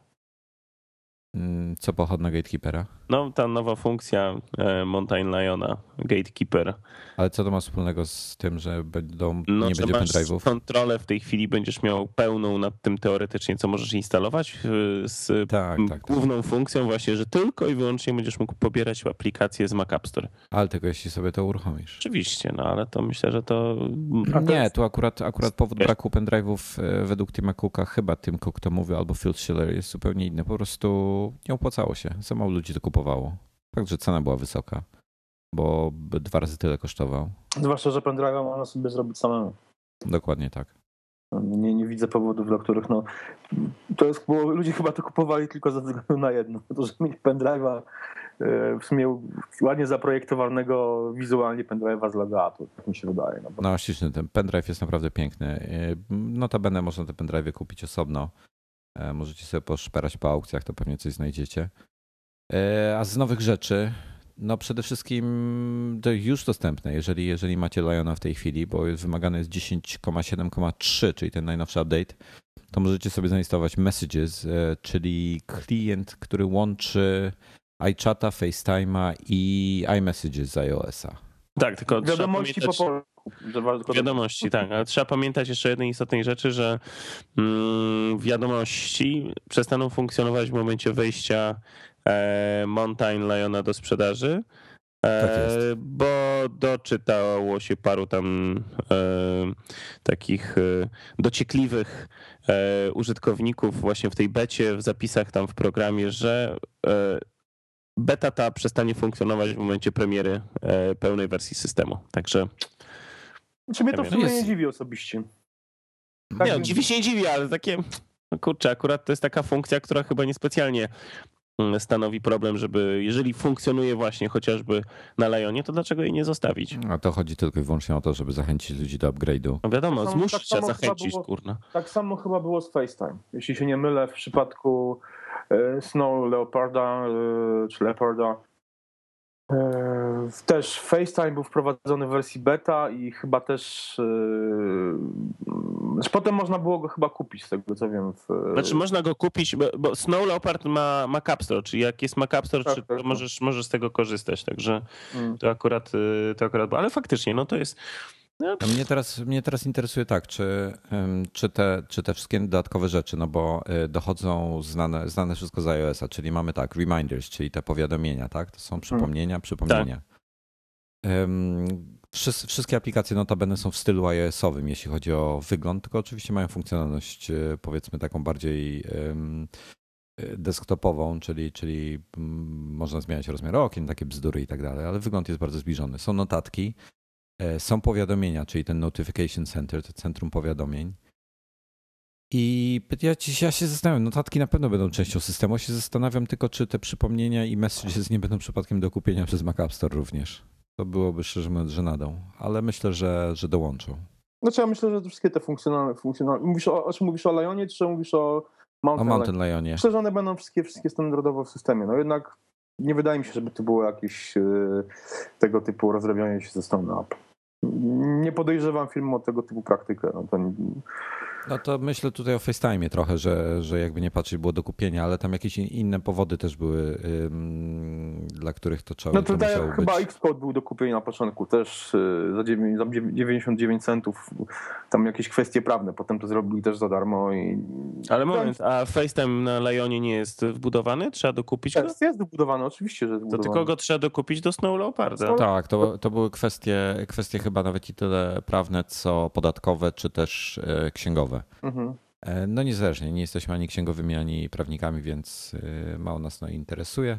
Co pochodna Gatekeepera?
No, ta nowa funkcja Mountain Liona, Gatekeeper.
Ale co to ma wspólnego z tym, że nie będzie pendrive'ów?
Kontrolę w tej chwili będziesz miał pełną nad tym teoretycznie, co możesz instalować z główną funkcją właśnie, że tylko i wyłącznie będziesz mógł pobierać aplikację z Mac App Store.
Ale tylko jeśli sobie to uruchomisz.
Oczywiście, no ale to myślę, że to...
Nie, tu akurat powód braku pendrive'ów według Tima Cooka, chyba Tim Cook to mówił, albo Phil Schiller jest zupełnie inny. Po prostu nie opłacało się. Za mało ludzi to kupowało. Fakt, że cena była wysoka, bo 2 razy tyle kosztował.
Zwłaszcza, że pendrive'a można sobie zrobić samemu.
Dokładnie tak.
Nie widzę powodów, dla których to jest, bo ludzie chyba to kupowali tylko ze względu na jedno. To, że mieć pendrive'a w sumie ładnie zaprojektowanego wizualnie pendrive'a z logo, tak mi się wydaje.
No śliczny, ten pendrive jest naprawdę piękny. Notabene można te pendrive'y kupić osobno. Możecie sobie poszperać po aukcjach, to pewnie coś znajdziecie. A z nowych rzeczy, no przede wszystkim to już dostępne, jeżeli macie Liona w tej chwili, bo wymagane jest 10,7,3, czyli ten najnowszy update, to możecie sobie zainstalować Messages, czyli klient, który łączy iChata, FaceTime'a i iMessages z iOS-a.
Tak, tylko
wiadomości po polsku.
Wiadomości, tak, ale trzeba pamiętać jeszcze o jednej istotnej rzeczy, że wiadomości przestaną funkcjonować w momencie wejścia Mountain Liona do sprzedaży, bo doczytało się paru tam takich dociekliwych użytkowników właśnie w tej becie, w zapisach tam w programie, że beta ta przestanie funkcjonować w momencie premiery pełnej wersji systemu. Także...
Mnie to w sumie nie dziwi osobiście.
Tak, nie, dziwi się nie dziwi, ale takie... No kurczę, akurat to jest taka funkcja, która chyba niespecjalnie stanowi problem, żeby jeżeli funkcjonuje właśnie chociażby na Lionie, to dlaczego jej nie zostawić?
A to chodzi tylko i wyłącznie o to, żeby zachęcić ludzi do upgrade'u.
No wiadomo, zmusić zachęcić, kurna.
Tak samo chyba było z FaceTime. Jeśli się nie mylę, w przypadku Snow Leoparda czy Leoparda też FaceTime był wprowadzony w wersji beta i chyba też potem można było go chyba kupić, z tego co wiem.
Znaczy można go kupić, bo Snow Leopard ma Mac App Store, czyli jak jest Mac App Store,
tak,
to możesz z tego korzystać, także to akurat było. Ale faktycznie, no to jest
Mnie teraz interesuje tak, czy te wszystkie dodatkowe rzeczy, no bo dochodzą znane wszystko z iOS-a, czyli mamy tak, reminders, czyli te powiadomienia, tak? To są przypomnienia. Wszystkie aplikacje notabene są w stylu iOS-owym, jeśli chodzi o wygląd, tylko oczywiście mają funkcjonalność powiedzmy taką bardziej desktopową, czyli można zmieniać rozmiar okien, takie bzdury i tak dalej, ale wygląd jest bardzo zbliżony. Są notatki, są powiadomienia, czyli ten Notification Center, to centrum powiadomień. I ja się zastanawiam, notatki na pewno będą częścią systemu, się zastanawiam tylko, czy te przypomnienia i messages nie będą przypadkiem do kupienia przez Mac App Store również. To byłoby szczerze mówiąc żenadą, ale myślę, że dołączą.
Znaczy ja myślę, że wszystkie te funkcjonalne. Mówisz o czym mówisz o Lionie, czy mówisz o
Mountain Lionie?
Myślę, że one będą wszystkie standardowo w systemie. No jednak nie wydaje mi się, żeby to było jakieś tego typu rozrabianie się ze strony app. Nie podejrzewam firmy o tego typu praktykę.
No to myślę tutaj o FaceTime'ie trochę, że jakby nie patrzeć było do kupienia, ale tam jakieś inne powody też były, dla których to trzeba.
No tutaj chyba Xcode był do kupienia na początku też za 99 centów. Tam jakieś kwestie prawne, potem to zrobili też za darmo.
Ale moment, a FaceTime na Lionie nie jest wbudowany? Trzeba dokupić go?
Jest dobudowany, oczywiście, że jest
to tylko go trzeba dokupić do Snow Leoparda.
Tak, to były kwestie chyba nawet i tyle prawne, co podatkowe, czy też księgowe.
Mhm.
No niezależnie, nie jesteśmy ani księgowymi, ani prawnikami, więc mało nas interesuje.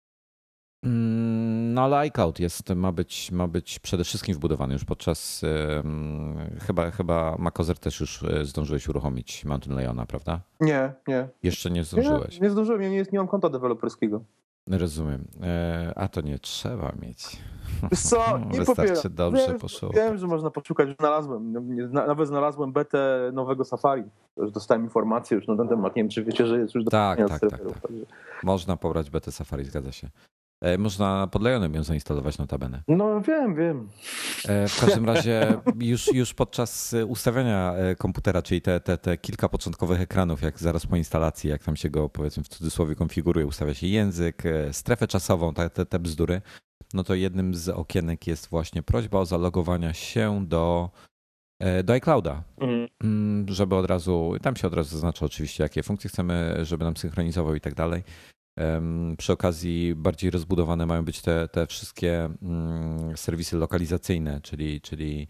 No ale iCloud ma być przede wszystkim wbudowany już podczas, chyba macOS też już zdążyłeś uruchomić Mountain Liona, prawda?
Nie.
Jeszcze nie zdążyłeś?
Nie zdążyłem, ja nie mam konta deweloperskiego.
Rozumiem. A to nie trzeba mieć.
Wiesz co, nie
wystarczy dobrze poszukać.
Wiem, że można poszukać, nawet znalazłem betę nowego Safari. Już dostałem informację już na ten temat, nie wiem czy wiecie, że jest już do
Tak. Można pobrać betę Safari, zgadza się. Można pod Lionem ją zainstalować notabene.
No wiem.
W każdym razie już podczas ustawiania komputera, czyli te kilka początkowych ekranów, jak zaraz po instalacji, jak tam się go powiedzmy w cudzysłowie konfiguruje, ustawia się język, strefę czasową, te bzdury, no to jednym z okienek jest właśnie prośba o zalogowania się do iClouda, żeby od razu, tam się od razu zaznacza oczywiście, jakie funkcje chcemy, żeby nam synchronizował i tak dalej. Przy okazji bardziej rozbudowane mają być te wszystkie serwisy lokalizacyjne, czyli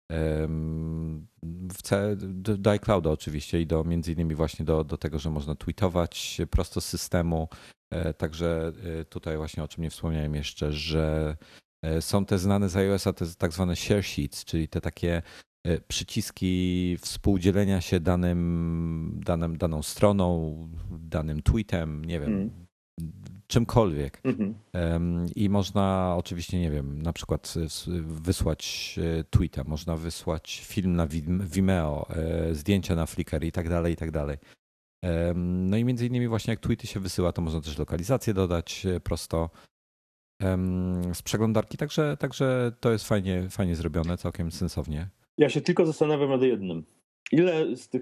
do iClouda oczywiście i między innymi właśnie do tego, że można tweetować prosto z systemu. Także tutaj właśnie o czym nie wspomniałem jeszcze, że są te znane z iOS-a te tak zwane share sheets, czyli te takie przyciski współdzielenia się daną stroną, danym tweetem, nie wiem, czymkolwiek. I można oczywiście, nie wiem, na przykład wysłać tweeta, można wysłać film na Vimeo, zdjęcia na Flickr i tak dalej, i tak dalej. No i między innymi właśnie jak tweety się wysyła, to można też lokalizację dodać prosto z przeglądarki, także to jest fajnie zrobione, całkiem sensownie.
Ja się tylko zastanawiam nad jednym. Ile z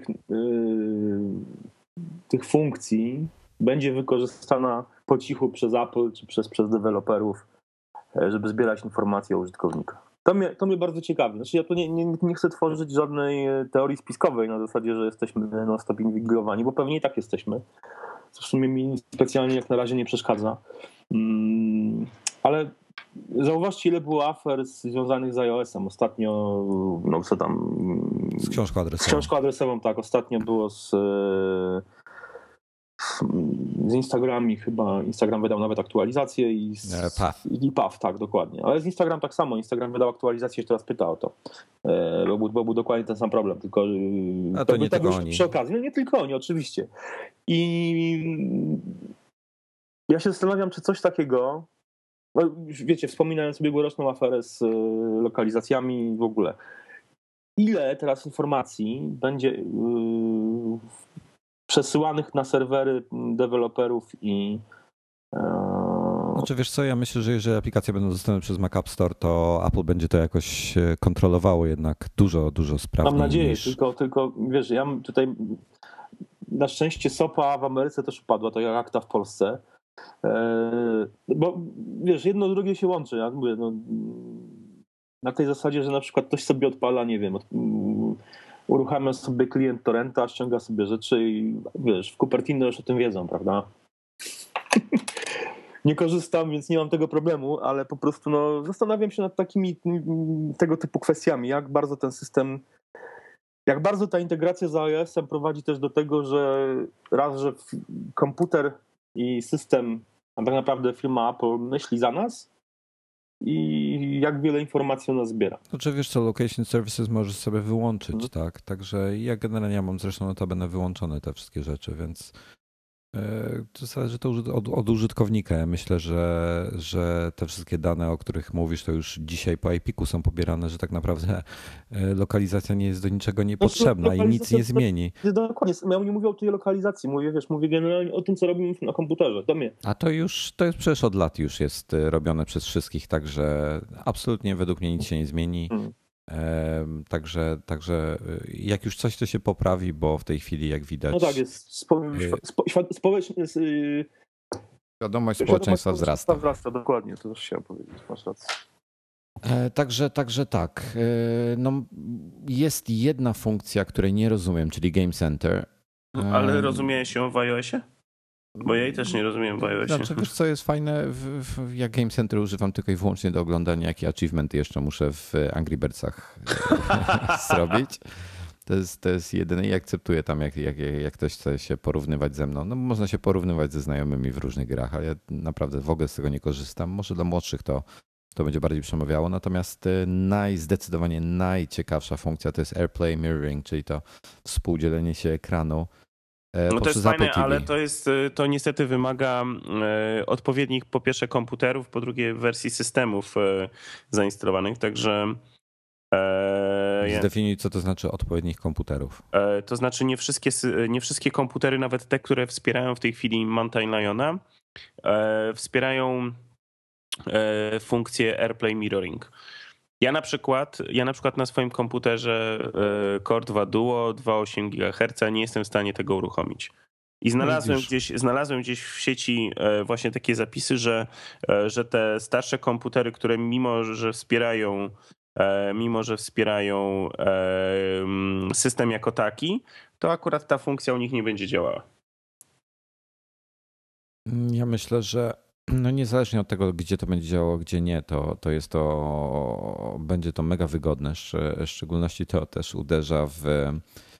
tych funkcji będzie wykorzystana po cichu przez Apple czy przez deweloperów, żeby zbierać informacje o użytkownikach? To mnie bardzo ciekawi. Znaczy ja tu nie chcę tworzyć żadnej teorii spiskowej na zasadzie, że jesteśmy na stop inwigilowani, bo pewnie i tak jesteśmy. Co w sumie mi specjalnie jak na razie nie przeszkadza. Ale zauważcie, ile było afer związanych z iOS-em. Ostatnio,
z książką adresową.
Z książką adresową, tak. Ostatnio było z Instagramami chyba. Instagram wydał nawet aktualizację i Path, tak, dokładnie. Ale z Instagram tak samo. Instagram wydał aktualizację i teraz pyta o to. Bo był dokładnie ten sam problem, tylko
a to nie tylko oni.
Przy okazji. No nie tylko oni, oczywiście. I ja się zastanawiam, czy coś takiego, no wiecie, wspominałem sobie ubiegłoroczną aferę z lokalizacjami w ogóle. Ile teraz informacji będzie przesyłanych na serwery deweloperów i...
Znaczy wiesz co, ja myślę, że jeżeli aplikacje będą dostępne przez Mac App Store, to Apple będzie to jakoś kontrolowało jednak dużo sprawniej.
Mam nadzieję, tylko wiesz, ja tutaj na szczęście SOPA w Ameryce też upadła, to jak akta w Polsce. Bo wiesz, jedno drugie się łączy, jak mówię, no, Na tej zasadzie, że na przykład ktoś sobie odpala, nie wiem, uruchamia sobie klient torrenta, ściąga sobie rzeczy i wiesz, w Cupertino już o tym wiedzą, prawda? Nie korzystam, więc nie mam tego problemu, ale po prostu zastanawiam się nad takimi tego typu kwestiami, jak bardzo ten system, jak bardzo ta integracja z iOS-em prowadzi też do tego, że że komputer i system, a tak naprawdę firma Apple myśli za nas i jak wiele informacji ona zbiera.
Znaczy wiesz co, Location Services możesz sobie wyłączyć, tak? Także ja generalnie mam zresztą notabene wyłączone te wszystkie rzeczy, więc to zależy to od użytkownika. Ja myślę, że te wszystkie dane, o których mówisz, to już dzisiaj po IP-ku są pobierane, że tak naprawdę lokalizacja nie jest do niczego niepotrzebna i nic nie zmieni.
Dokładnie. Ja nie mówię o tej lokalizacji, mówię generalnie o tym, co robimy na komputerze.
A to jest przecież od lat już jest robione przez wszystkich, także absolutnie według mnie nic się nie zmieni. Także jak już coś, to się poprawi, bo w tej chwili, jak widać...
No tak, jest
świadomość społeczeństwa wzrasta.
Dokładnie, to też chciałem powiedzieć, masz rację.
Także tak. No, jest jedna funkcja, której nie rozumiem, czyli Game Center.
Ale rozumiałeś ją w iOSie? Bo ja jej też nie rozumiem w iOSie.
Znaczy, wiesz co jest fajne? Ja Game Center używam tylko i wyłącznie do oglądania, jakie achievementy jeszcze muszę w Angry Birdsach zrobić. To jest jedyne i akceptuję tam, jak ktoś chce się porównywać ze mną. No, można się porównywać ze znajomymi w różnych grach, ale ja naprawdę w ogóle z tego nie korzystam. Może dla młodszych to będzie bardziej przemawiało. Natomiast zdecydowanie najciekawsza funkcja to jest AirPlay Mirroring, czyli to współdzielenie się ekranu.
No to jest fajne, ale to niestety wymaga odpowiednich po pierwsze komputerów, po drugie wersji systemów zainstalowanych, także...
Zdefiniuj, co to znaczy odpowiednich komputerów.
To znaczy nie wszystkie komputery, nawet te, które wspierają w tej chwili Mountain Liona, wspierają funkcję AirPlay Mirroring. Ja na przykład na swoim komputerze Core 2 Duo 2,8 GHz nie jestem w stanie tego uruchomić. I znalazłem gdzieś w sieci właśnie takie zapisy, że te starsze komputery, które mimo że wspierają system jako taki, to akurat ta funkcja u nich nie będzie działała.
Ja myślę, że no niezależnie od tego, gdzie to będzie działało, gdzie nie, będzie to mega wygodne. W szczególności to też uderza w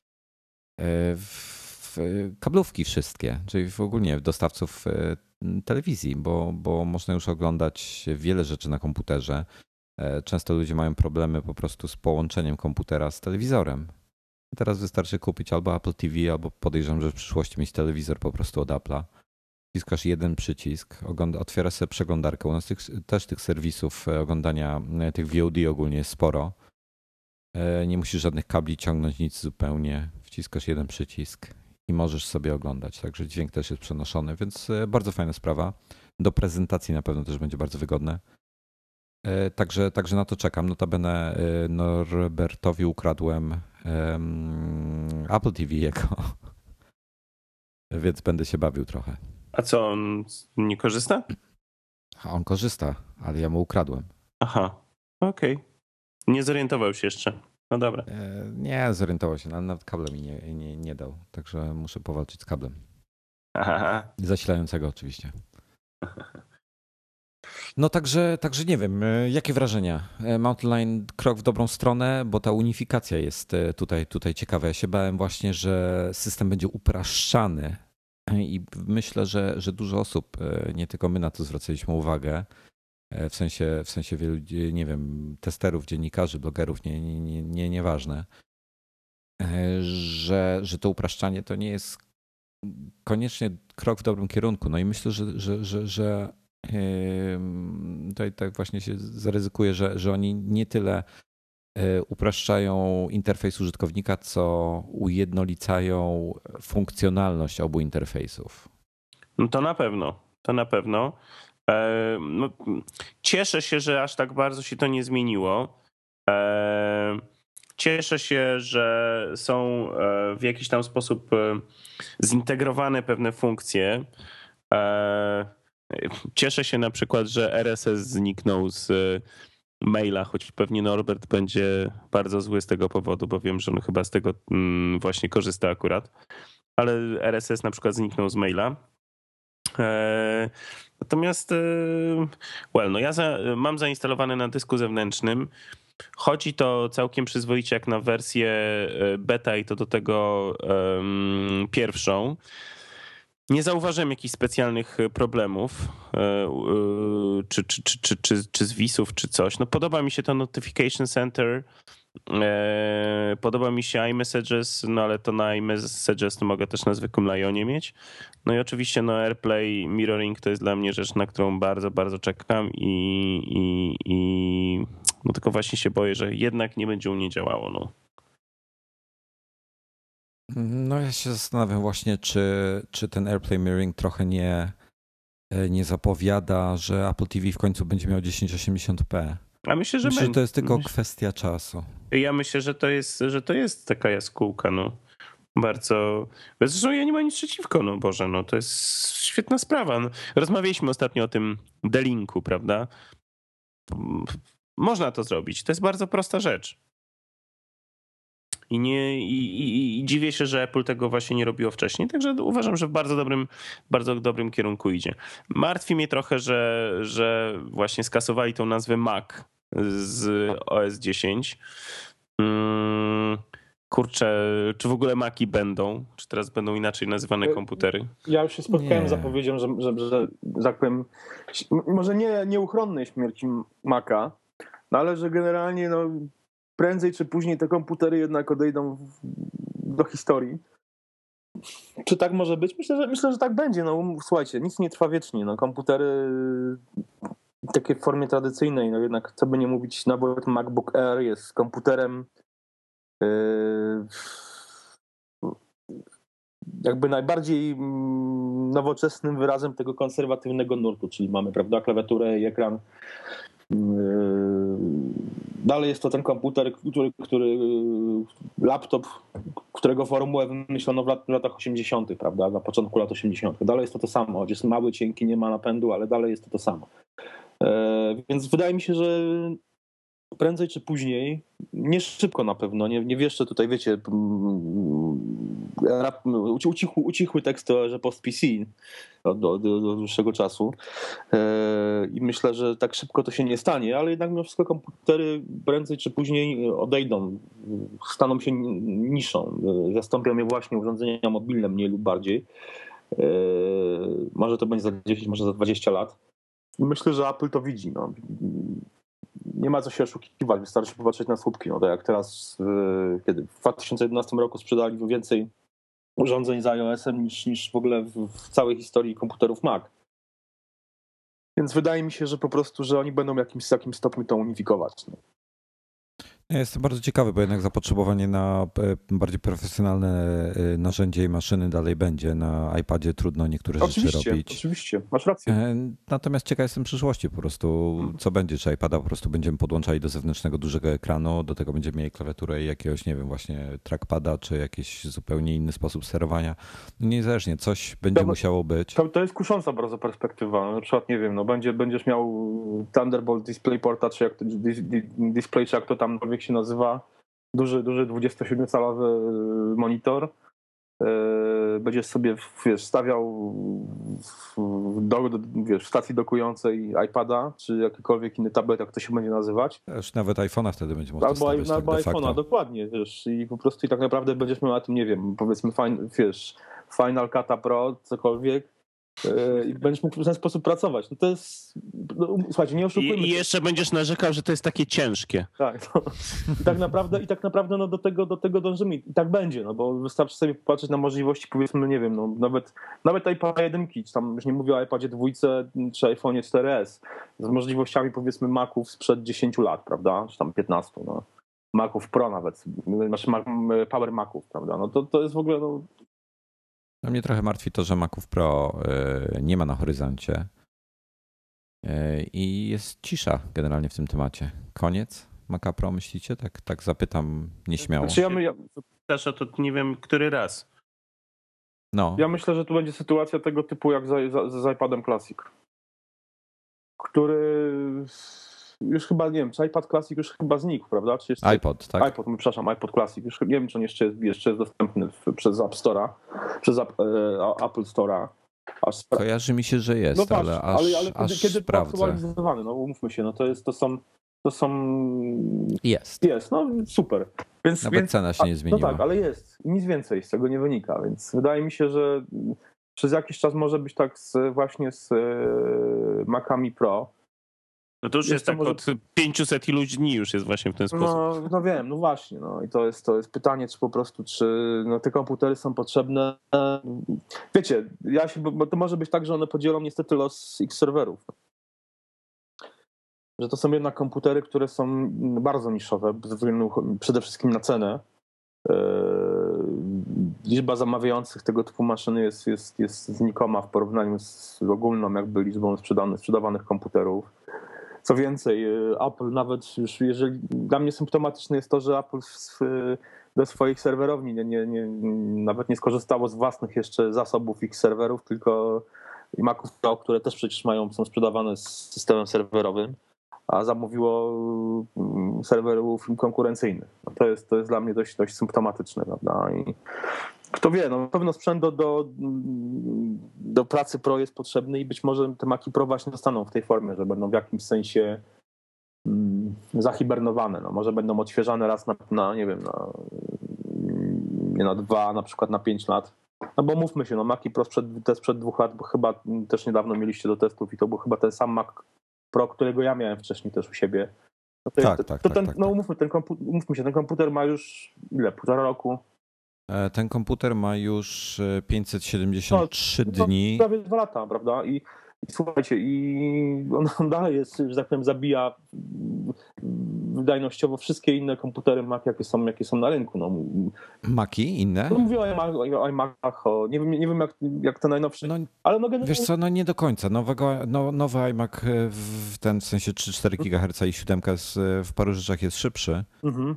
kablówki wszystkie, czyli w ogóle w dostawców telewizji, bo można już oglądać wiele rzeczy na komputerze. Często ludzie mają problemy po prostu z połączeniem komputera z telewizorem. Teraz wystarczy kupić albo Apple TV, albo podejrzewam, że w przyszłości mieć telewizor po prostu od Apple'a. Wciskasz jeden przycisk, otwiera sobie przeglądarkę. U nas też tych serwisów oglądania tych VOD ogólnie jest sporo. Nie musisz żadnych kabli ciągnąć, nic zupełnie. Wciskasz jeden przycisk i możesz sobie oglądać. Także dźwięk też jest przenoszony, więc bardzo fajna sprawa. Do prezentacji na pewno też będzie bardzo wygodne. Także na to czekam. Notabene Norbertowi ukradłem Apple TV więc będę się bawił trochę.
A co, on nie korzysta?
A on korzysta, ale ja mu ukradłem.
Aha, okej. Nie zorientował się jeszcze. No dobra.
Nie, zorientował się, ale nawet kable mi nie dał. Także muszę powalczyć z kablem.
Aha.
Zasilającego oczywiście. No także nie wiem, jakie wrażenia? Mountain Lion krok w dobrą stronę, bo ta unifikacja jest tutaj ciekawa. Ja się bałem właśnie, że system będzie upraszczany i myślę, że dużo osób, nie tylko my na to zwracaliśmy uwagę, w sensie wielu, nie wiem, testerów, dziennikarzy, blogerów, nieważne, że to upraszczanie to nie jest koniecznie krok w dobrym kierunku. No i myślę, że tutaj tak właśnie się zaryzykuję, że oni nie tyle upraszczają interfejs użytkownika, co ujednolicają funkcjonalność obu interfejsów.
No to na pewno. No, cieszę się, że aż tak bardzo się to nie zmieniło. Cieszę się, że są w jakiś tam sposób zintegrowane pewne funkcje. Cieszę się na przykład, że RSS zniknął maila, choć pewnie Norbert będzie bardzo zły z tego powodu, bo wiem, że on chyba z tego właśnie korzysta akurat. Ale RSS na przykład zniknął z maila. Natomiast no ja mam zainstalowane na dysku zewnętrznym. Chodzi to całkiem przyzwoicie jak na wersję beta i to do tego pierwszą. Nie zauważyłem jakichś specjalnych problemów, czy zwisów, czy coś. No podoba mi się to Notification Center, podoba mi się iMessages, no ale to na iMessages to mogę też na zwykłym Lionie mieć. No i oczywiście no AirPlay Mirroring to jest dla mnie rzecz, na którą bardzo, bardzo czekam i no tylko właśnie się boję, że jednak nie będzie u mnie działało. No.
No ja się zastanawiam właśnie, czy ten AirPlay Mirroring trochę nie zapowiada, że Apple TV w końcu będzie miał 1080p.
A myślę, że
to jest tylko kwestia czasu.
Ja myślę, że to jest taka jaskółka, no. Bardzo. Zresztą ja nie mam nic przeciwko, no Boże, no to jest świetna sprawa. No, rozmawialiśmy ostatnio o tym delinku, prawda? Można to zrobić. To jest bardzo prosta rzecz. I dziwię się, że Apple tego właśnie nie robiło wcześniej, także uważam, że w bardzo dobrym kierunku idzie. Martwi mnie trochę, że właśnie skasowali tą nazwę Mac z OS 10. Kurczę, czy w ogóle Maci będą? Czy teraz będą inaczej nazywane komputery?
Ja już się spotkałem z zapowiedzią, że tak powiem, może nie nieuchronnej śmierci Maca, no ale że generalnie no, prędzej czy później te komputery jednak odejdą do historii. Czy tak może być? Myślę, że tak będzie. No, słuchajcie, nic nie trwa wiecznie. No, komputery takie w formie tradycyjnej, no jednak co by nie mówić, nawet MacBook Air jest komputerem jakby najbardziej nowoczesnym wyrazem tego konserwatywnego nurtu, czyli mamy, prawda, klawiaturę i ekran. Dalej jest to ten komputer, który laptop, którego formułę wymyślono w latach 80., prawda, na początku lat 80. Dalej jest to samo, choć jest mały, cienki, nie ma napędu, ale dalej jest to samo. Więc wydaje mi się, że prędzej czy później, nie szybko na pewno, nie wieszczę tutaj, wiecie, ucichły teksty o erze post-PC do dłuższego czasu i myślę, że tak szybko to się nie stanie, ale jednak mimo wszystko komputery prędzej czy później odejdą, staną się niszą, zastąpią je właśnie urządzenia mobilne mniej lub bardziej. Może to będzie za 10, może za 20 lat. Myślę, że Apple to widzi. No. Nie ma co się oszukiwać, wystarczy popatrzeć na słupki. No to jak teraz, kiedy w 2011 roku sprzedali więcej urządzeń z iOS-em niż w ogóle w całej historii komputerów Mac. Więc wydaje mi się, że po prostu, że oni będą w jakimś stopniu to unifikować. No.
Jestem bardzo ciekawy, bo jednak zapotrzebowanie na bardziej profesjonalne narzędzie i maszyny dalej będzie. Na iPadzie trudno niektóre rzeczy robić.
Oczywiście, masz rację.
Natomiast ciekaw jestem przyszłości po prostu, co będzie, czy iPada po prostu będziemy podłączali do zewnętrznego dużego ekranu, do tego będziemy mieli klawiaturę i jakiegoś, nie wiem, właśnie trackpada, czy jakiś zupełnie inny sposób sterowania. Niezależnie, coś będzie musiało być.
To jest kusząca bardzo perspektywa. Na przykład, nie wiem, no będziesz miał Thunderbolt DisplayPorta, czy jak to, Display, czy jak to tam się nazywa, duży 27-calowy monitor. Będziesz sobie, wiesz, stawiał w stacji dokującej iPada, czy jakikolwiek inny tablet, jak to się będzie nazywać.
Już nawet iPhone'a wtedy będzie można stawiać.
Albo iPhone'a, dokładnie, wiesz, i po prostu i tak naprawdę będziesz miał na tym, nie wiem, powiedzmy, Final Cut'a Pro, cokolwiek, i będziesz mógł w ten sposób pracować. No to jest, słuchajcie, nie oszukujmy się.
I jeszcze będziesz narzekał, że to jest takie ciężkie.
Tak, no. I tak naprawdę no, do tego dążymy. I tak będzie, no bo wystarczy sobie popatrzeć na możliwości, powiedzmy, nie wiem, no, nawet iPad 1, czy tam już nie mówię o iPadzie 2 czy iPhone 4S, z możliwościami, powiedzmy, Maców sprzed 10 lat, prawda, czy tam 15, no. Maców Pro nawet, znaczy Power Maców, prawda, no to jest w ogóle, no.
No mnie trochę martwi to, że Maców Pro nie ma na horyzoncie i jest cisza generalnie w tym temacie. Koniec Maca Pro, myślicie? Tak zapytam nieśmiało.
Znaczy
Też o to nie wiem, który raz.
No.
Ja myślę, że tu będzie sytuacja tego typu jak z iPadem Classic, który już chyba, nie wiem, czy iPad Classic już chyba znikł, prawda? Czy jeszcze...
iPod, tak?
Przepraszam, iPod Classic. Już nie wiem, czy on jeszcze jest dostępny przez App Store'a, przez Apple Store'a.
Kojarzy mi się, że jest,
no właśnie,
ale aż
kiedy
sprawdzę.
aktualizowany, no umówmy się, no to są...
Jest.
Jest, no super.
Nawet cena się nie zmieniła.
No tak, ale jest. I nic więcej z tego nie wynika, więc wydaje mi się, że przez jakiś czas może być tak właśnie z Macami Pro.
No to już jest tak od 500 iluś dni już jest właśnie w ten sposób.
No wiem, no właśnie. No i to jest pytanie, czy po prostu, czy te komputery są potrzebne. Wiecie, bo to może być tak, że one podzielą niestety los X serwerów. Że to są jednak komputery, które są bardzo niszowe, ze względu przede wszystkim na cenę. Liczba zamawiających tego typu maszyny jest znikoma w porównaniu z ogólną jakby liczbą sprzedawanych komputerów. Co więcej, Apple nawet już, jeżeli dla mnie symptomatyczne jest to, że Apple do swoich serwerowni nawet nie skorzystało z własnych jeszcze zasobów ich serwerów, tylko i Maców Pro, które też przecież są sprzedawane z systemem serwerowym, a zamówiło serwerów konkurencyjnych. No to jest dla mnie dość symptomatyczne, prawda? I kto wie, no na pewno sprzęt do pracy Pro jest potrzebny i być może te Maci Pro właśnie zostaną w tej formie, że będą w jakimś sensie zahibernowane. No, może będą odświeżane raz na nie wiem, nie na 2, na przykład na 5 lat. No bo mówmy się, no Maci Pro sprzed 2 lat, bo chyba też niedawno mieliście do testów i to był chyba ten sam Mac Pro, którego ja miałem wcześniej też u siebie. No to
tak.
No umówmy się, ten komputer ma już ile, 1,5 roku?
Ten komputer ma już 573 dni.
Prawie 2 lata, prawda? I słuchajcie, i on dalej jest, że tak powiem, zabija wydajnościowo wszystkie inne komputery Mac, jakie są na rynku. No.
Maci inne?
No, mówię o iMacach, nie wiem jak te najnowsze, ale generalnie...
Wiesz co, nie do końca. Nowy iMac w ten w sensie 3-4 GHz i 7 w paru rzeczach jest szybszy.
Mhm.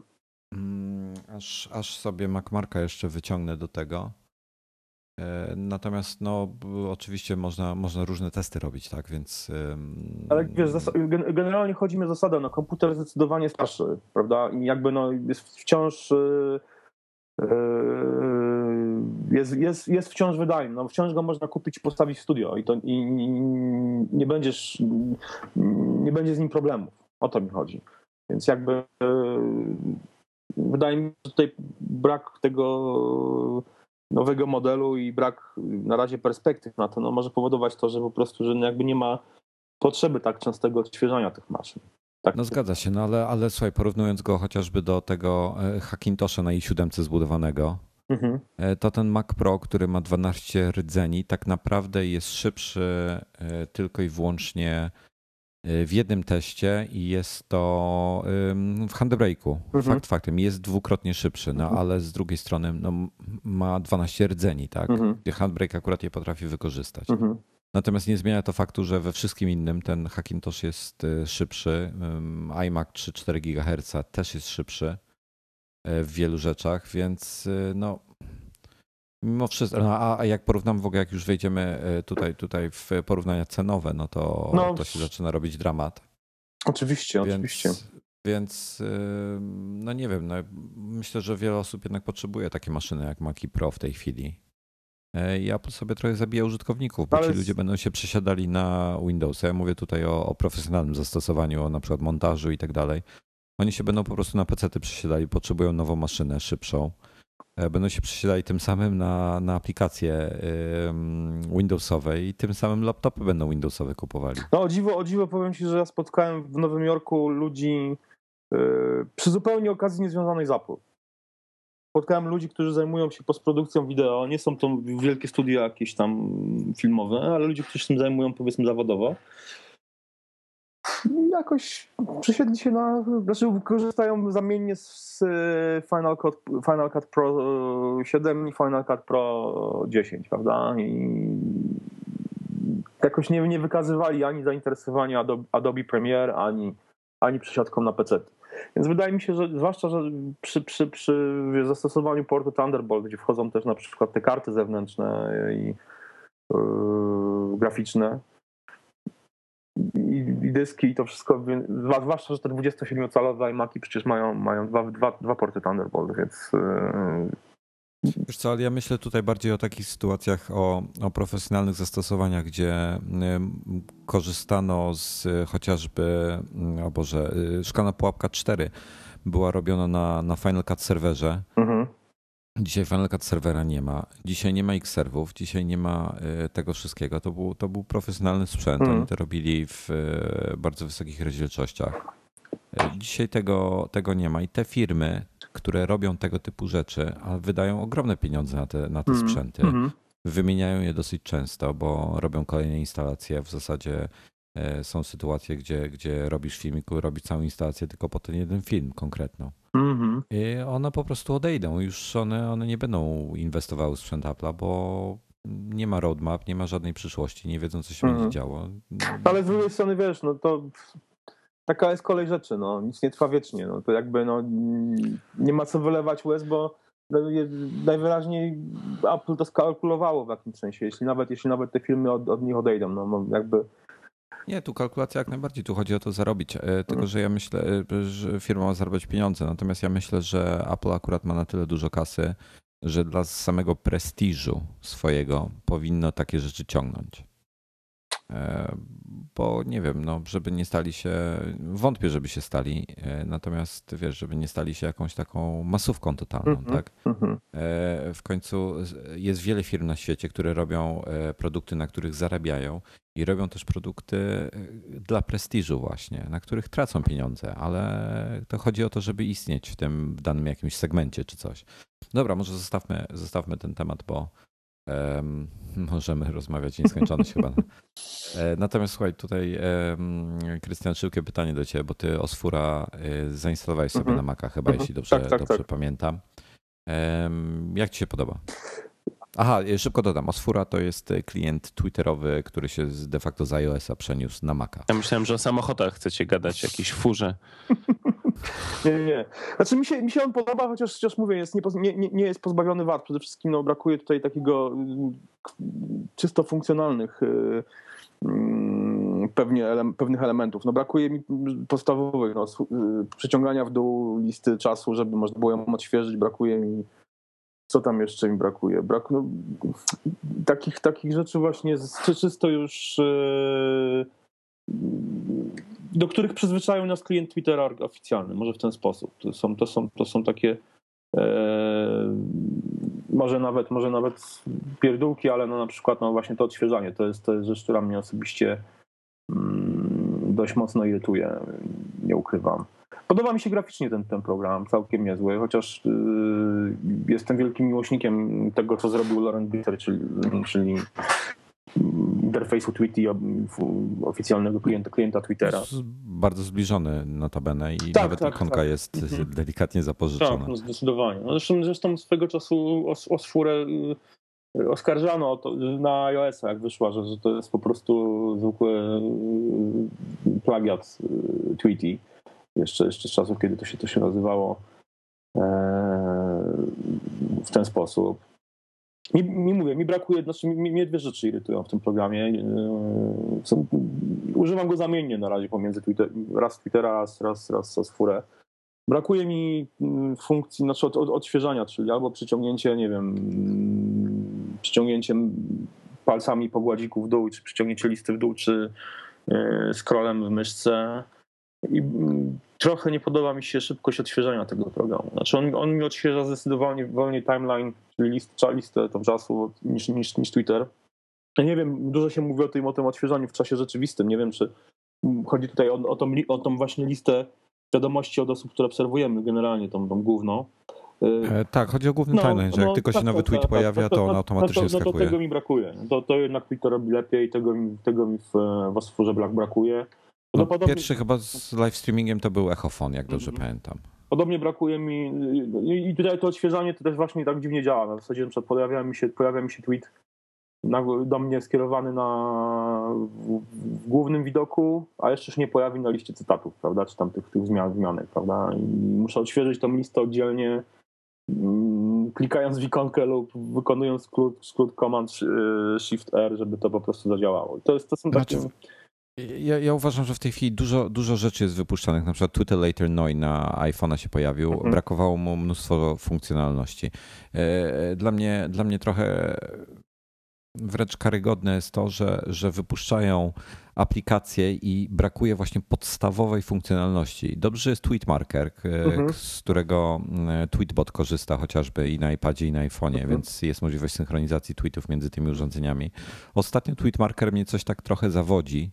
Aż sobie MacMarka jeszcze wyciągnę do tego. Natomiast oczywiście można różne testy robić, tak, więc...
Ale wiesz, generalnie chodzi mi o zasadę, komputer zdecydowanie starszy, prawda, i jakby jest wciąż jest wciąż wydajny, wciąż go można kupić i postawić w studio i nie będzie z nim problemów, o to mi chodzi, więc jakby wydaje mi się, że tutaj brak tego nowego modelu i brak na razie perspektyw na to może powodować to, że po prostu że jakby nie ma potrzeby tak częstego odświeżania tych maszyn. Tak.
No zgadza się, ale słuchaj, porównując go chociażby do tego Hackintosha na i7 zbudowanego, to ten Mac Pro, który ma 12 rdzeni, tak naprawdę jest szybszy tylko i wyłącznie w jednym teście i jest to w handbrake'u. Fakt faktem, jest dwukrotnie szybszy, ale z drugiej strony ma 12 rdzeni, tak? Handbrake akurat je potrafi wykorzystać. Natomiast nie zmienia to faktu, że we wszystkim innym ten Hackintosh jest szybszy. iMac 3-4 GHz też jest szybszy w wielu rzeczach, więc mimo wszystko, a jak porównam w ogóle, jak już wejdziemy tutaj w porównania cenowe, to się zaczyna robić dramat.
Oczywiście.
Więc nie wiem, myślę, że wiele osób jednak potrzebuje takie maszyny jak Maci Pro w tej chwili. I Apple sobie trochę zabija użytkowników, bo ci ludzie będą się przesiadali na Windowsa. Ja mówię tutaj o profesjonalnym zastosowaniu, o na przykład montażu i tak dalej. Oni się będą po prostu na PC-ty przesiadali, potrzebują nową maszynę, szybszą. Będą się przesiadali tym samym na aplikacje Windowsowe i tym samym laptopy będą Windowsowe kupowali.
No o dziwo powiem ci, że ja spotkałem w Nowym Jorku ludzi przy zupełnie okazji niezwiązanej z Apple. Spotkałem ludzi, którzy zajmują się postprodukcją wideo. Nie są to wielkie studia jakieś tam filmowe, ale ludzie, którzy się tym zajmują powiedzmy zawodowo. Jakoś przesiedli się korzystają zamiennie z Final Cut Pro 7 i Final Cut Pro 10, prawda? I jakoś nie wykazywali ani zainteresowania Adobe Premiere, ani przesiadką na PC. Więc wydaje mi się, że zwłaszcza, że przy zastosowaniu portu Thunderbolt, gdzie wchodzą też na przykład te karty zewnętrzne i graficzne, i dyski i to wszystko, zwłaszcza, że te 27-calowe iMaki przecież mają dwa porty Thunderbolt, więc...
Wiesz co, ale ja myślę tutaj bardziej o takich sytuacjach, o profesjonalnych zastosowaniach, gdzie korzystano z chociażby, o Boże, Szklana Pułapka 4 była robiona na Final Cut serwerze.
Mhm.
Dzisiaj Final Cut serwera nie ma. Dzisiaj nie ma X-serwów, dzisiaj nie ma tego wszystkiego. To był profesjonalny sprzęt. Oni to robili w bardzo wysokich rozdzielczościach. Dzisiaj tego nie ma i te firmy, które robią tego typu rzeczy, a wydają ogromne pieniądze na te sprzęty, wymieniają je dosyć często, bo robią kolejne instalacje. W zasadzie są sytuacje, gdzie robisz filmik, robisz całą instalację tylko po ten jeden film konkretną. I one po prostu odejdą. Już one nie będą inwestowały w sprzęt Apple'a, bo nie ma roadmap, nie ma żadnej przyszłości, nie wiedzą, co się będzie działo.
Ale z drugiej strony, wiesz, no to taka jest kolej rzeczy, no. Nic nie trwa wiecznie. No. To jakby nie ma co wylewać łez, bo najwyraźniej Apple to skalkulowało w jakimś sensie, jeśli nawet te firmy od nich odejdą. No jakby...
Nie, tu kalkulacja jak najbardziej, tu chodzi o to zarobić, tylko że ja myślę, że firma ma zarabiać pieniądze, natomiast ja myślę, że Apple akurat ma na tyle dużo kasy, że dla samego prestiżu swojego powinno takie rzeczy ciągnąć. Bo nie wiem, żeby nie stali się, wątpię, żeby się stali, natomiast wiesz, żeby nie stali się jakąś taką masówką totalną, tak? W końcu jest wiele firm na świecie, które robią produkty, na których zarabiają i robią też produkty dla prestiżu właśnie, na których tracą pieniądze, ale to chodzi o to, żeby istnieć w danym jakimś segmencie czy coś. Dobra, może zostawmy ten temat, bo możemy rozmawiać nieskończoność chyba. Natomiast słuchaj, tutaj Krystian, szybkie pytanie do ciebie, bo ty Osfura zainstalowałeś sobie na Maca chyba, jeśli dobrze pamiętam. Jak ci się podoba? Aha, szybko dodam. Osfura to jest klient twitterowy, który się de facto z iOS-a przeniósł na Maca.
Ja myślałem, że o samochodach chcecie gadać, jakiejś furze.
Nie. Znaczy mi się on podoba, chociaż mówię, nie jest pozbawiony wad. Przede wszystkim brakuje tutaj takiego czysto funkcjonalnych pewnych elementów. Brakuje mi podstawowych, przeciągania w dół listy czasu, żeby można było ją odświeżyć. Brakuje mi, co tam jeszcze mi brakuje? Takich rzeczy właśnie czysto już do których przyzwyczaił nas klient Twittera oficjalny, może w ten sposób. To są takie może nawet pierdółki, ale na przykład właśnie to odświeżanie to jest rzecz, która mnie osobiście dość mocno irytuje, nie ukrywam. Podoba mi się graficznie ten program, całkiem niezły, chociaż jestem wielkim miłośnikiem tego, co zrobił Laurent Bitter, czyli interfejsu Tweety oficjalnego klienta Twittera.
Bardzo zbliżony notabene i nawet ikonka jest delikatnie zapożyczona.
Tak, zdecydowanie. Zresztą swego czasu Osfurę oskarżano o to na iOS-a, jak wyszła, że to jest po prostu zwykły plagiat Tweety. Jeszcze z czasów, kiedy to się nazywało w ten sposób. Mi brakuje, mnie dwie rzeczy irytują w tym programie. Używam go zamiennie na razie pomiędzy raz Twittera, raz Osfurę. Brakuje mi funkcji, odświeżania, czyli albo przyciągnięcie, nie wiem, przyciągnięciem palcami po gładziku w dół, czy przyciągnięcie listy w dół, czy scrollem w myszce. I trochę nie podoba mi się szybkość odświeżania tego programu. On mi odświeża zdecydowanie wolniej timeline, czyli listę czasu niż Twitter. Ja nie wiem, dużo się mówi o tym odświeżaniu w czasie rzeczywistym. Nie wiem, czy chodzi tutaj o tą właśnie listę wiadomości od osób, które obserwujemy generalnie, tą główną.
Tak, chodzi o główny timeline, że jak tylko się nowy tweet pojawia, to on automatycznie skakuje.
To tego mi brakuje. To jednak Twitter robi lepiej, tego mi w Osfurze brakuje.
Pierwszy chyba z live streamingiem to był Echofon, jak dobrze pamiętam.
Podobnie brakuje mi i tutaj to odświeżanie to też właśnie tak dziwnie działa. W zasadzie na przykład pojawia mi się tweet do mnie skierowany w głównym widoku, a jeszcze się nie pojawi na liście cytatów, prawda, czy tam tych zmianek, prawda, i muszę odświeżyć tą listę oddzielnie, klikając w ikonkę lub wykonując skrót Command Shift R, żeby to po prostu zadziałało. To są takie...
Ja uważam, że w tej chwili dużo rzeczy jest wypuszczanych. Na przykład Twitter Later Noi na iPhone'a się pojawił. Brakowało mu mnóstwo funkcjonalności. Dla mnie trochę wręcz karygodne jest to, że wypuszczają aplikacje i brakuje właśnie podstawowej funkcjonalności. Dobrze jest Tweet Marker, z którego Tweetbot korzysta chociażby i na iPadzie, i na iPhone'ie, więc jest możliwość synchronizacji tweetów między tymi urządzeniami. Ostatnio Tweet Marker mnie coś tak trochę zawodzi.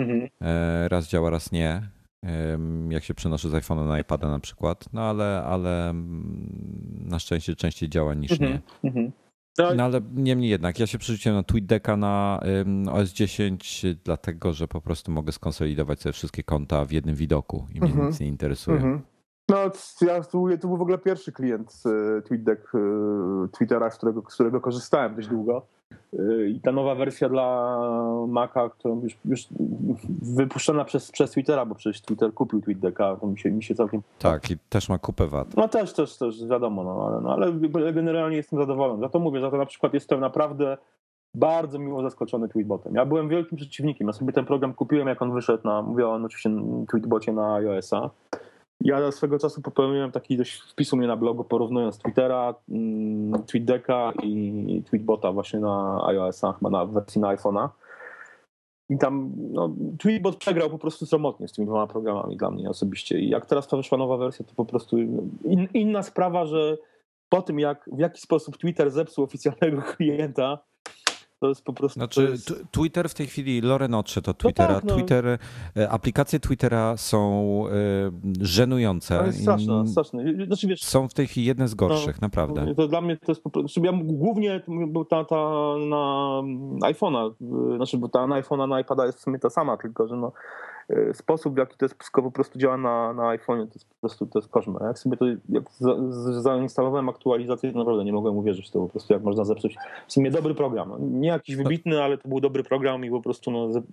Raz działa, raz nie. Jak się przenoszę z iPhone'a na iPada na przykład. No ale na szczęście częściej działa niż nie. No ale niemniej jednak, ja się przerzuciłem na TweetDecka na OS 10, dlatego że po prostu mogę skonsolidować sobie wszystkie konta w jednym widoku i mnie nic nie interesuje.
No, to był w ogóle pierwszy klient TweetDeck Twittera, z którego korzystałem dość długo. I ta nowa wersja dla Maca, którą już wypuszczona przez Twittera, bo przecież Twitter kupił TweetDecka, to mi się całkiem...
Tak, i też ma kupę wad.
No też wiadomo, ale generalnie jestem zadowolony. Za to mówię, za to na przykład jestem naprawdę bardzo miło zaskoczony Tweetbotem. Ja byłem wielkim przeciwnikiem. Ja sobie ten program kupiłem, jak on wyszedł mówię oczywiście Tweetbocie na iOS-a. Ja swego czasu popełniłem taki dość wpis u mnie na blogu, porównując Twittera, TweetDecka i Tweetbota właśnie na iOS-a, chyba na wersji na iPhone'a. I tam Tweetbot przegrał po prostu sromotnie z tymi dwoma programami dla mnie osobiście. I jak teraz ta wyszła nowa wersja, to po prostu inna sprawa, że po tym w jaki sposób Twitter zepsuł oficjalnego klienta, to jest po prostu...
Znaczy Twitter w tej chwili, Loren odszedł od Twittera.
No tak,
Twitter, aplikacje Twittera są żenujące.
To jest straszne. Znaczy, wiesz,
są w tej chwili jedne z gorszych, naprawdę.
To dla mnie to jest po prostu... Ja głównie ta na iPhone'a, znaczy bo ta na iPhone'a, na iPada jest w sumie ta sama, tylko że sposób, w jaki to jest wszystko po prostu działa na iPhone'ie, to jest po prostu to jest koszmar. Jak sobie zainstalowałem aktualizację, to naprawdę nie mogłem uwierzyć, to po prostu jak można zepsuć. W sumie dobry program. Nie jakiś wybitny, ale to był dobry program i po prostu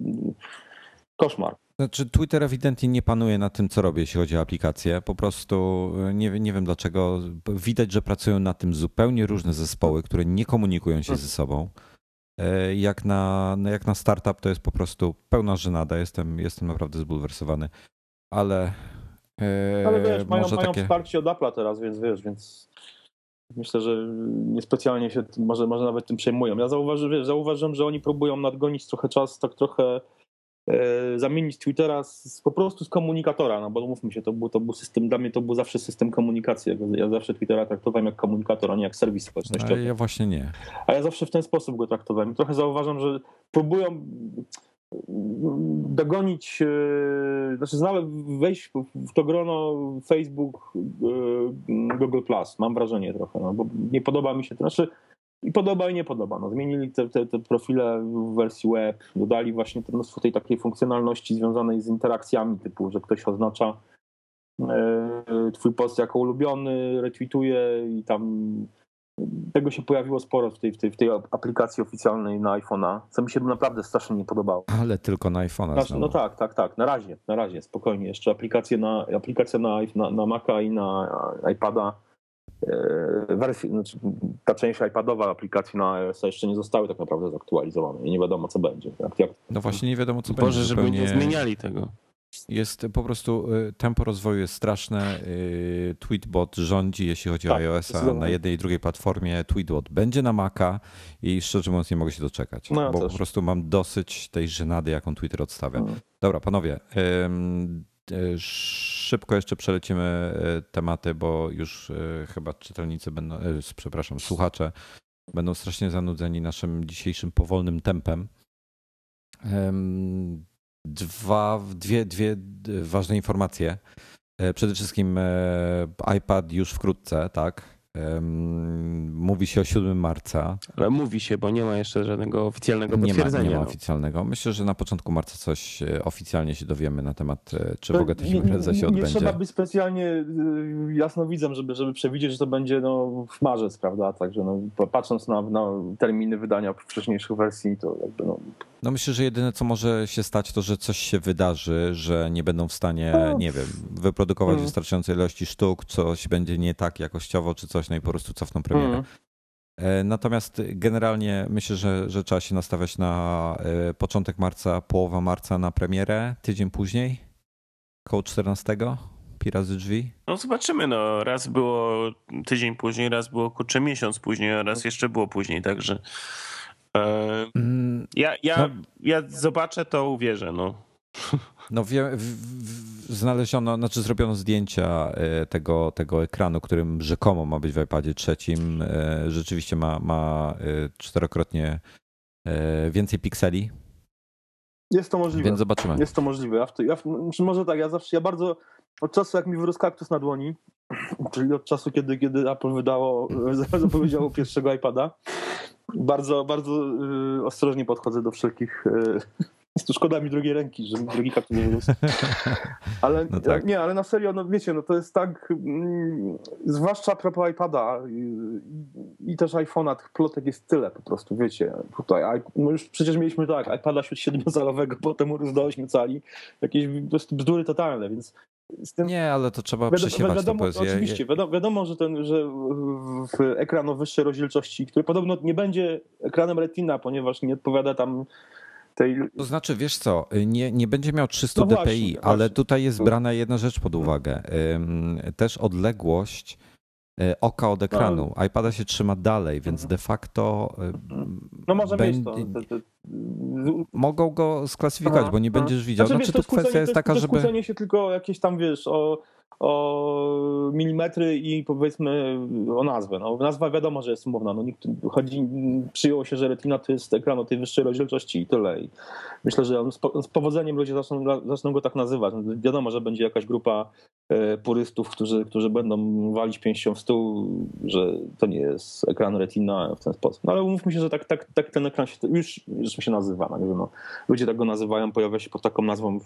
koszmar.
Znaczy Twitter ewidentnie nie panuje nad tym, co robię, jeśli chodzi o aplikacje. Po prostu nie wiem dlaczego. Widać, że pracują nad tym zupełnie różne zespoły, które nie komunikują się ze sobą. Jak na startup to jest po prostu pełna żenada. Jestem naprawdę zbulwersowany. Ale
wiesz, mają wsparcie od Apple'a teraz, więc myślę, że niespecjalnie się może nawet tym przejmują. Ja zauważyłem, że oni próbują nadgonić trochę czas, tak trochę zamienić Twittera po prostu z komunikatora, bo mówmy się, to był system, dla mnie to był zawsze system komunikacji. Ja zawsze Twittera traktowałem jak komunikator, a nie jak serwis społecznościowy.
Ja właśnie nie.
A ja zawsze w ten sposób go traktowałem. Trochę zauważam, że próbują dogonić, wejść w to grono Facebook, Google+. Mam wrażenie trochę, bo nie podoba mi się to. I podoba i nie podoba. Zmienili te profile w wersji web, dodali właśnie mnóstwo tej takiej funkcjonalności związanej z interakcjami, typu, że ktoś oznacza twój post jako ulubiony, retweetuje i tam tego się pojawiło sporo w tej aplikacji oficjalnej na iPhone'a, co mi się naprawdę strasznie nie podobało.
Ale tylko na iPhone'a.
No tak. Na razie, spokojnie. Jeszcze aplikacja na Maca i na iPada, ta część iPadowa aplikacji na iOS jeszcze nie zostały tak naprawdę zaktualizowane i nie wiadomo, co będzie.
No właśnie nie wiadomo, co
Boże,
będzie.
żeby nie zmieniali tego.
Jest po prostu, tempo rozwoju jest straszne. Tweetbot rządzi, jeśli chodzi o iOS-a na jednej i drugiej platformie. Tweetbot będzie na Maca i szczerze mówiąc nie mogę się doczekać, bo po prostu mam dosyć tej żenady, jaką Twitter odstawia. Dobra, panowie, szybko jeszcze przelecimy tematy, bo już chyba czytelnicy będą, słuchacze będą strasznie zanudzeni naszym dzisiejszym powolnym tempem. Dwie ważne informacje. Przede wszystkim iPad już wkrótce, tak? Mówi się o 7 marca.
Ale mówi się, bo nie ma jeszcze żadnego oficjalnego potwierdzenia.
Nie ma oficjalnego. Myślę, że na początku marca coś oficjalnie się dowiemy na temat, czy w ogóle ta impreza się odbędzie.
Nie trzeba być specjalnie jasnowidzem, żeby przewidzieć, że to będzie w marzec, prawda? Także patrząc na terminy wydania wcześniejszych wersji, to jakby
No myślę, że jedyne co może się stać, to że coś się wydarzy, że nie będą w stanie, nie wiem, wyprodukować wystarczającej ilości sztuk, coś będzie nie tak jakościowo, czy coś, no i po prostu cofną premierę. Natomiast generalnie myślę, że trzeba się nastawiać na początek marca, połowa marca na premierę, tydzień później, koło 14, Pirazy drzwi.
No zobaczymy, no raz było tydzień później, raz było kurczę miesiąc później, a raz jeszcze było później, także ja zobaczę, to uwierzę, no.
No znaleziono, znaczy zrobiono zdjęcia tego ekranu, którym rzekomo ma być w iPadzie trzecim. Rzeczywiście ma 4-krotnie więcej pikseli.
Jest to możliwe.
Więc zobaczymy.
Jest to możliwe. Może tak, ja bardzo od czasu, jak mi wyrósł kaktus na dłoni, czyli od czasu, kiedy Apple zapowiedziało pierwszego iPada, bardzo, bardzo ostrożnie podchodzę do wszelkich... Jest to szkoda mi drugiej ręki, że drugi kaktus nie wyrósł. Ale
no tak.
Nie, ale na serio, no wiecie, no to jest tak, zwłaszcza a propos iPada i też iPhone'a, tych plotek jest tyle po prostu, wiecie. Tutaj, no już przecież mieliśmy tak, iPada 7-calowego, potem urósł do 8 cali, jakieś po prostu bzdury totalne, więc z tym...
Nie, ale to trzeba przesiewać
wiadomo,
to poezję.
Oczywiście, wiadomo, że ekran o wyższej rozdzielczości, który podobno nie będzie ekranem Retina, ponieważ nie odpowiada tam
To znaczy, wiesz co, nie będzie miał 300 dpi,
właśnie.
ale tutaj jest brana jedna rzecz pod uwagę. Też odległość oka od ekranu. iPada się trzyma dalej, więc de facto
no może mieć to.
Mogą go sklasyfikować, bo nie będziesz widział.
Znaczy,
tu kwestia jest taka, żeby...
To się tylko jakieś tam, wiesz, o milimetry i powiedzmy o nazwę. No, nazwa wiadomo, że jest umowna. No, przyjęło się, że Retina to jest ekran o tej wyższej rozdzielczości i tyle. I myślę, że z powodzeniem ludzie zaczną go tak nazywać. No, wiadomo, że będzie jakaś grupa purystów, którzy będą walić pięścią w stół, że to nie jest ekran Retina w ten sposób. No ale umówmy się, że tak ten ekran już się nazywa. No, nie wiem, no, ludzie tak go nazywają, pojawia się pod taką nazwą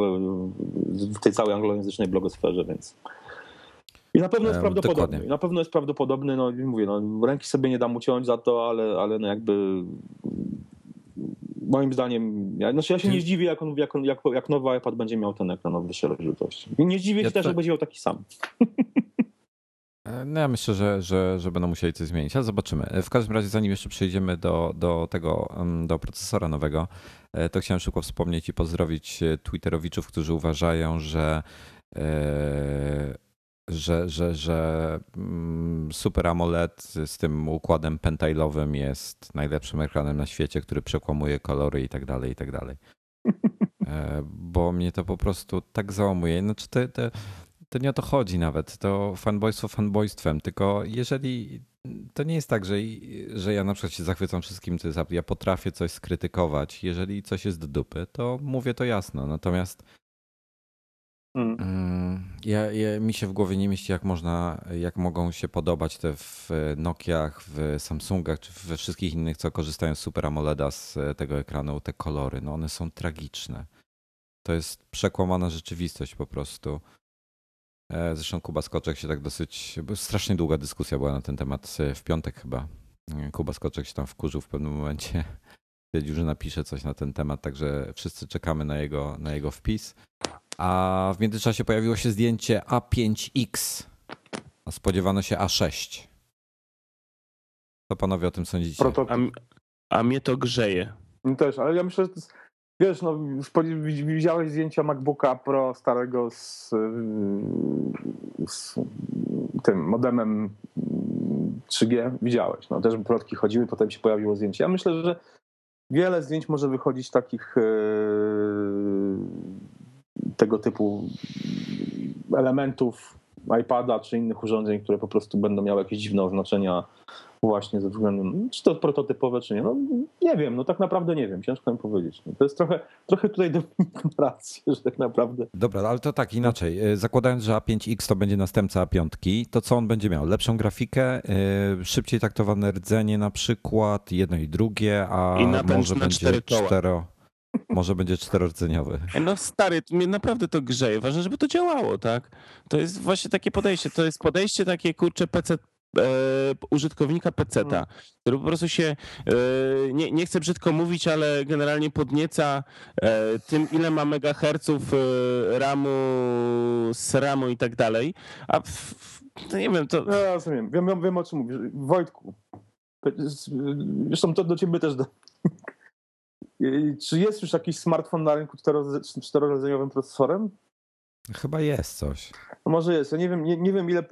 w tej całej anglojęzycznej blogosferze, więc i na pewno jest prawdopodobny.
Dokładnie.
Na pewno jest prawdopodobny, no mówię, no ręki sobie nie dam uciąć za to, ale no jakby moim zdaniem, ja się nie zdziwię, jak nowy iPad będzie miał ten ekran o wyższej rozdzielczości. I nie zdziwię się też, że będzie miał taki sam.
No ja myślę, że będą musieli coś zmienić, ale zobaczymy. W każdym razie, zanim jeszcze przejdziemy do procesora nowego, to chciałem szybko wspomnieć i pozdrowić twitterowiczów, którzy uważają, że Super AMOLED z tym układem pentilowym jest najlepszym ekranem na świecie, który przekłamuje kolory i tak dalej, i tak dalej. Bo mnie to po prostu tak załamuje. Znaczy to nie o to chodzi nawet. To fanboystwo fanboystwem, tylko jeżeli to nie jest tak, że ja na przykład się zachwycam wszystkim, co jest Apple. Ja potrafię coś skrytykować. Jeżeli coś jest do dupy, to mówię to jasno. Natomiast mi się w głowie nie mieści, jak mogą się podobać te w Nokiach, w Samsungach, czy we wszystkich innych, co korzystają z Super AMOLEDa, z tego ekranu, te kolory. No one są tragiczne. To jest przekłamana rzeczywistość po prostu. Zresztą Kuba Skoczek się tak strasznie długa dyskusja była na ten temat w piątek chyba. Kuba Skoczek się tam wkurzył w pewnym momencie. Stwierdził, że napisze coś na ten temat, także wszyscy czekamy na jego wpis. A w międzyczasie pojawiło się zdjęcie A5X. A spodziewano się A6. Co panowie o tym sądzicie?
A mnie to grzeje.
Też, ale ja myślę, że to jest, wiesz, no, widziałeś zdjęcia MacBooka Pro starego z tym modemem 3G? Widziałeś. No, też plotki chodziły, potem się pojawiło zdjęcie. Ja myślę, że wiele zdjęć może wychodzić takich tego typu elementów iPada czy innych urządzeń, które po prostu będą miały jakieś dziwne oznaczenia właśnie ze względu, czy to prototypowe, czy nie. No nie wiem, no tak naprawdę nie wiem, ciężko mi powiedzieć. To jest trochę tutaj Dominik ma rację, że tak naprawdę.
Dobra, ale to tak inaczej. Zakładając, że A5X to będzie następca A5, to co on będzie miał? Lepszą grafikę, szybciej taktowane rdzenie na przykład, jedno i drugie, a może będzie może będzie czterordzeniowy.
No stary, mnie naprawdę to grzeje. Ważne, żeby to działało, tak? To jest właśnie takie podejście. To jest podejście takie, kurczę, PC, użytkownika peceta, który po prostu się, nie chcę brzydko mówić, ale generalnie podnieca tym, ile ma megaherców RAMu, SRAMu i tak dalej. A to nie wiem, to...
Ja rozumiem. Wiem o czym mówisz. Wojtku, Zresztą to do ciebie też. Czy jest już jakiś smartfon na rynku z czterordzeniowym procesorem?
Chyba jest coś.
No może jest, ja nie wiem ile...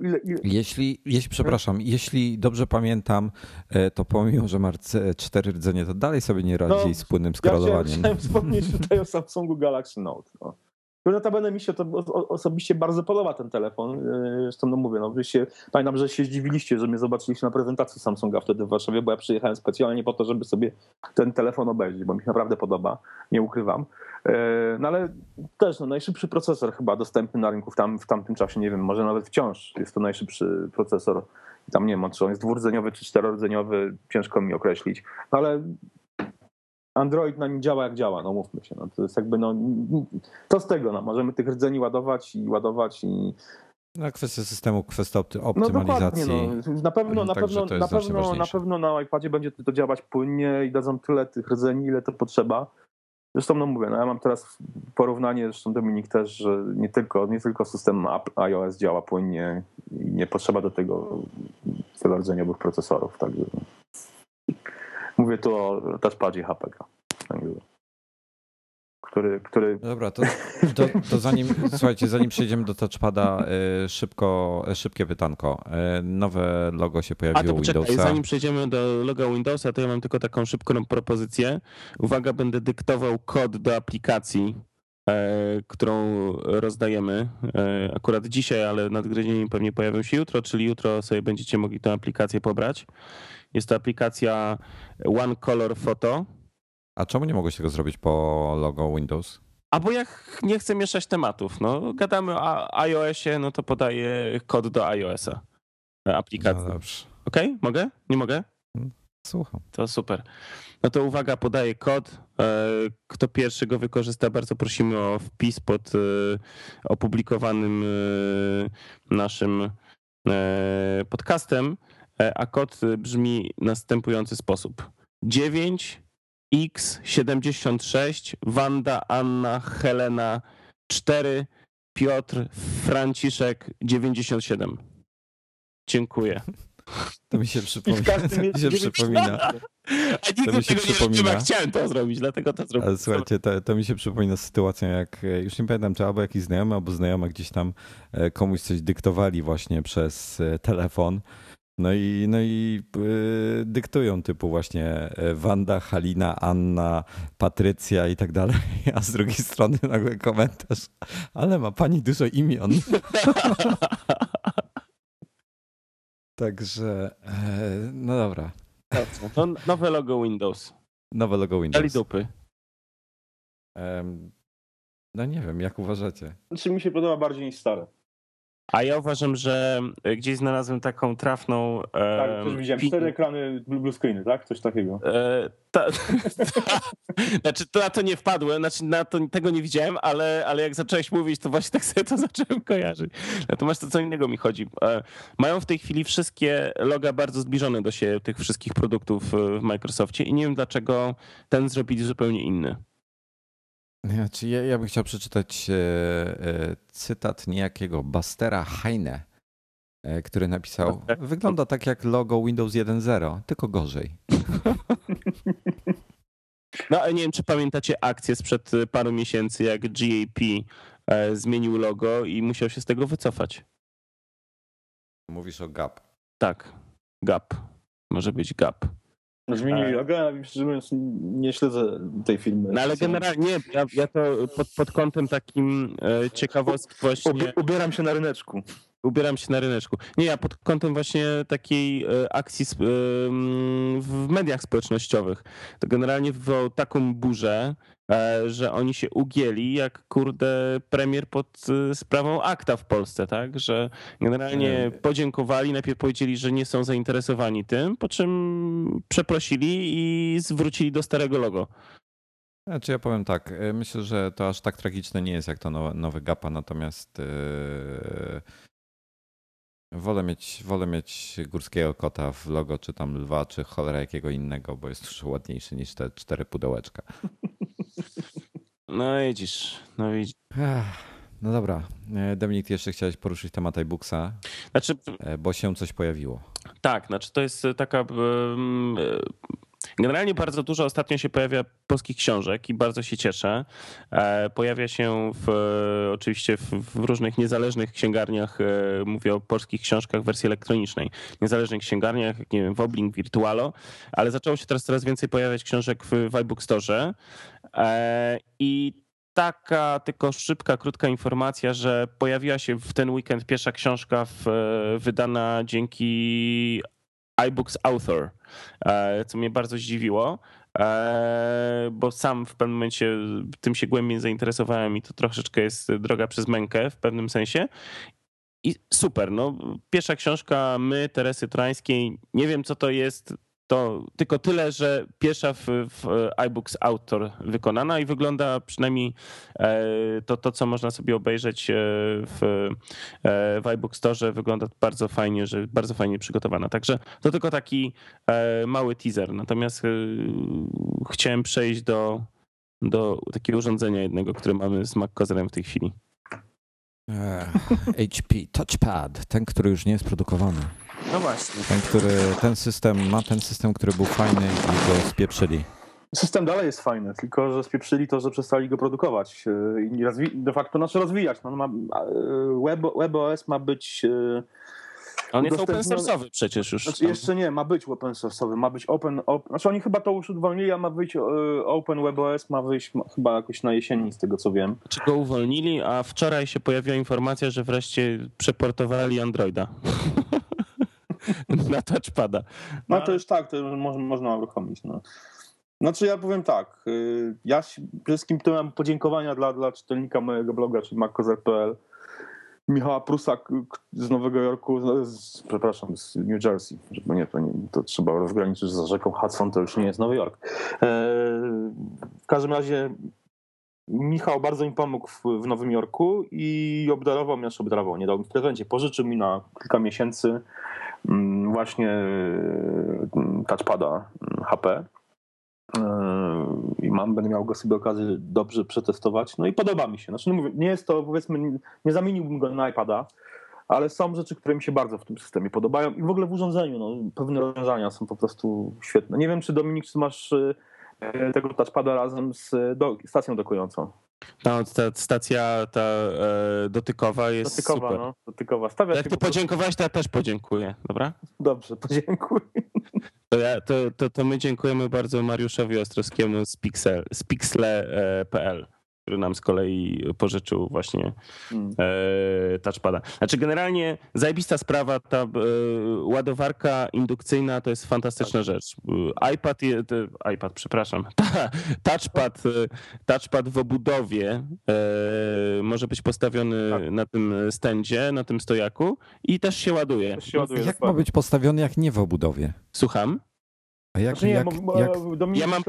Jeśli dobrze pamiętam, to pomimo, że ma 4 rdzenie, to dalej sobie nie radzi z płynnym scrollowaniem.
Ja chciałem wspomnieć tutaj o Samsungu Galaxy Note. No. Notabene mi się to osobiście bardzo podoba ten telefon. Zresztą mówię, pamiętam, że się zdziwiliście, że mnie zobaczyliście na prezentacji Samsunga wtedy w Warszawie, bo ja przyjechałem specjalnie po to, żeby sobie ten telefon obejrzeć, bo mi się naprawdę podoba, nie ukrywam. No ale też najszybszy procesor chyba dostępny na rynku w tamtym czasie, nie wiem, może nawet wciąż jest to najszybszy procesor. I tam nie wiem, czy on jest dwurdzeniowy czy czterordzeniowy, ciężko mi określić. No ale Android na nim działa jak działa, mówmy się. To jest jakby, to z tego, możemy tych rdzeni ładować i...
No, kwestia systemu, kwestia optymalizacji.
Dokładnie, na pewno na iPadzie będzie to działać płynnie i dadzą tyle tych rdzeni, ile to potrzeba. Zresztą mówię, ja mam teraz porównanie, zresztą Dominik też, że nie tylko system iOS działa płynnie i nie potrzeba do tego wielordzeniowych procesorów. Także mówię tu o touchpadzie HPK. Który...
Dobra, to zanim przejdziemy do touchpada, szybkie pytanko. Nowe logo się pojawiło Windowsa.
Zanim przejdziemy do loga Windowsa, to ja mam tylko taką szybką propozycję. Uwaga, będę dyktował kod do aplikacji, którą rozdajemy akurat dzisiaj, ale nadgryzieni pewnie pojawią się jutro, czyli jutro sobie będziecie mogli tę aplikację pobrać. Jest to aplikacja One Color Photo.
A czemu nie mogłeś tego zrobić po logo Windows?
A bo ja nie chcę mieszać tematów. Gadamy o iOSie, to podaję kod do iOS-a aplikacji.
No dobrze.
Okej? Mogę? Nie mogę?
Słucham.
To super. No to uwaga, podaję kod. Kto pierwszy go wykorzysta, bardzo prosimy o wpis pod opublikowanym naszym podcastem. A kod brzmi w następujący sposób. 9X76 Wanda, Anna, Helena 4 Piotr, Franciszek 97. Dziękuję.
To mi się przypomina.
A nigdy tego nie robiłem, chciałem to zrobić, dlatego to zrobiłem.
Ale słuchajcie, to mi się przypomina sytuacją, jak już nie pamiętam, czy albo jakiś znajomy, albo znajoma gdzieś tam komuś coś dyktowali właśnie przez telefon. No i dyktują typu właśnie Wanda, Halina, Anna, Patrycja i tak dalej, a z drugiej strony nagle komentarz, ale ma pani dużo imion. Także, no dobra.
To nowe logo Windows.
Nowe logo Windows.
Dali dupy.
No nie wiem, jak uważacie?
Znaczy mi się podoba bardziej niż stare.
A ja uważam, że gdzieś znalazłem taką trafną...
Tak, też widziałem 4 ekrany blue screeny, tak? Coś takiego.
Znaczy, na to nie wpadłem, tego nie widziałem, ale jak zacząłeś mówić, to właśnie tak sobie to zacząłem kojarzyć. Natomiast to co innego mi chodzi. Mają w tej chwili wszystkie loga bardzo zbliżone do siebie, tych wszystkich produktów w Microsoftie i nie wiem dlaczego ten zrobili zupełnie inny.
Znaczy, ja bym chciał przeczytać cytat niejakiego Bastera Heine, który napisał: wygląda tak jak logo Windows 1.0, tylko gorzej.
No ale nie wiem, czy pamiętacie akcję sprzed paru miesięcy, jak GAP zmienił logo i musiał się z tego wycofać.
Mówisz o Gap.
Tak, Gap. Może być Gap.
Zmienili logo, a nie śledzę tej firmy.
No ale generalnie nie, ja to pod kątem takim ciekawostki właśnie...
Ubieram się na ryneczku.
Nie, ja pod kątem właśnie takiej akcji w mediach społecznościowych. To generalnie wywołał taką burzę, że oni się ugięli jak premier pod sprawą akta w Polsce, tak? Że generalnie podziękowali, najpierw powiedzieli, że nie są zainteresowani tym, po czym przeprosili i zwrócili do starego logo.
Znaczy ja powiem tak, myślę, że to aż tak tragiczne nie jest jak to nowe Gapa, natomiast wolę mieć górskiego kota w logo, czy tam lwa, czy cholera jakiego innego, bo jest dużo ładniejszy niż te 4 pudełeczka.
No widzisz.
No dobra. Dominik, ty jeszcze chciałeś poruszyć temat iBooksa, bo się coś pojawiło.
Tak, znaczy to jest taka... Generalnie bardzo dużo ostatnio się pojawia polskich książek i bardzo się cieszę. Pojawia się oczywiście w różnych niezależnych księgarniach, mówię o polskich książkach w wersji elektronicznej, niezależnych księgarniach, jak nie wiem, Woblink, Virtualo, ale zaczęło się teraz coraz więcej pojawiać książek w iBook Store i taka tylko szybka, krótka informacja, że pojawiła się w ten weekend pierwsza książka wydana dzięki iBooks Author, co mnie bardzo zdziwiło, bo sam w pewnym momencie tym się głębiej zainteresowałem i to troszeczkę jest droga przez mękę w pewnym sensie. I super, no pierwsza książka Teresy Torańskiej, nie wiem co to jest, to tylko tyle, że pierwsza w iBooks Author wykonana i wygląda przynajmniej to co można sobie obejrzeć w iBook Store, wygląda bardzo fajnie, że bardzo fajnie przygotowana. Także to tylko taki mały teaser. Natomiast chciałem przejść do takiego urządzenia jednego, które mamy z MacCozerem w tej chwili.
HP Touchpad, ten, który już nie jest produkowany.
No właśnie.
Ten system, który był fajny i go spieprzyli.
System dalej jest fajny, tylko że spieprzyli to, że przestali go produkować i de facto rozwijać. No, WebOS ma być...
On jest open source'owy przecież już.
Znaczy jeszcze nie, ma być open source'owy, ma być znaczy oni chyba to już uwolnili, a ma być Open WebOS, ma wyjść chyba jakoś na jesieni, z tego co wiem.
Czy go uwolnili, a wczoraj się pojawiła informacja, że wreszcie przeportowali Androida na touchpada.
No to już tak, to już można uruchomić. No. Znaczy ja powiem tak, ja przede wszystkim tu mam podziękowania dla czytelnika mojego bloga, czyli mackozer.pl, Michała Prusa z Nowego Jorku, z New Jersey, żeby to trzeba rozgraniczyć, że za rzeką Hudson to już nie jest Nowy Jork. W każdym razie Michał bardzo mi pomógł w Nowym Jorku i nie dał mi w prezencie, pożyczył mi na kilka miesięcy właśnie touchpada HP. I będę miał go sobie okazję dobrze przetestować. No i podoba mi się. Znaczy, no mówię, nie jest to, powiedzmy, nie zamieniłbym go na iPada, ale są rzeczy, które mi się bardzo w tym systemie podobają i w ogóle w urządzeniu. No, pewne rozwiązania są po prostu świetne. Nie wiem, czy Dominik, czy masz tego touchpada razem z stacją dokującą.
No, ta stacja dotykowa jest super.
No, dotykowa.
Jak ty podziękowałeś, to ja też podziękuję, dobra?
Dobrze, podziękuję.
To my dziękujemy bardzo Mariuszowi Ostrowskiemu z pixle.pl, który nam z kolei pożyczył właśnie touchpada. Znaczy generalnie zajebista sprawa, ta ładowarka indukcyjna to jest fantastyczna rzecz. Touchpad w obudowie może być postawiony na tym stędzie, na tym stojaku i też się ładuje.
Jak ma być postawiony, jak nie w obudowie?
Słucham?
A jak,
ja mam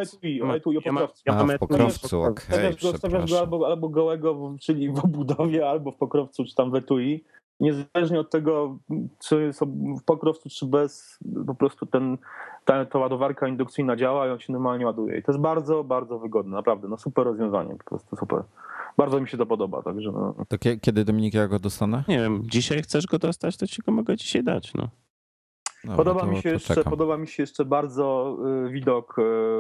w pokrowcu, okej,
stawiasz go albo gołego, czyli w obudowie, albo w pokrowcu, czy tam w etui. Niezależnie od tego, czy w pokrowcu, czy bez, po prostu ta ładowarka indukcyjna działa i on się normalnie ładuje. I to jest bardzo, bardzo wygodne, naprawdę. No super rozwiązanie, po prostu super. Bardzo mi się to podoba, także no.
To kiedy, Dominik, ja go dostanę?
Nie wiem, dzisiaj chcesz go dostać, to ci go mogę dzisiaj dać, no.
No,
podoba mi się jeszcze bardzo widok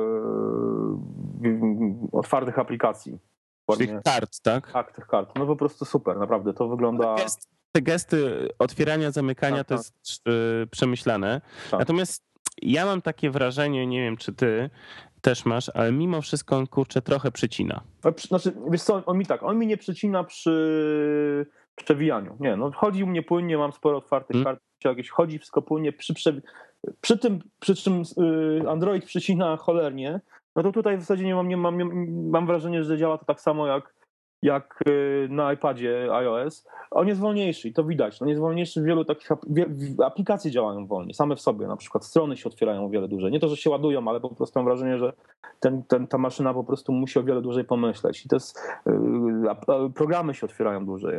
otwartych aplikacji.
Tych kart, tak?
Tak, tych kart. No po prostu super, naprawdę. To wygląda...
Te gesty otwierania, zamykania to jest przemyślane. Tak. Natomiast ja mam takie wrażenie, nie wiem czy ty też masz, ale mimo wszystko on kurczę trochę przycina.
Znaczy, wiesz co, on mi nie przycina przy przewijaniu. Nie, no chodzi u mnie płynnie, mam sporo otwartych kart, jakieś chodzi wszystko płynnie, przy czym Android przycina cholernie, no to tutaj w zasadzie mam wrażenie, że działa to tak samo jak na iPadzie iOS. On jest wolniejszy i to widać. On jest wolniejszy w wielu takich aplikacje działają wolniej, same w sobie, na przykład strony się otwierają o wiele dłużej. Nie to, że się ładują, ale po prostu mam wrażenie, że ta maszyna po prostu musi o wiele dłużej pomyśleć. I to jest, programy się otwierają dłużej.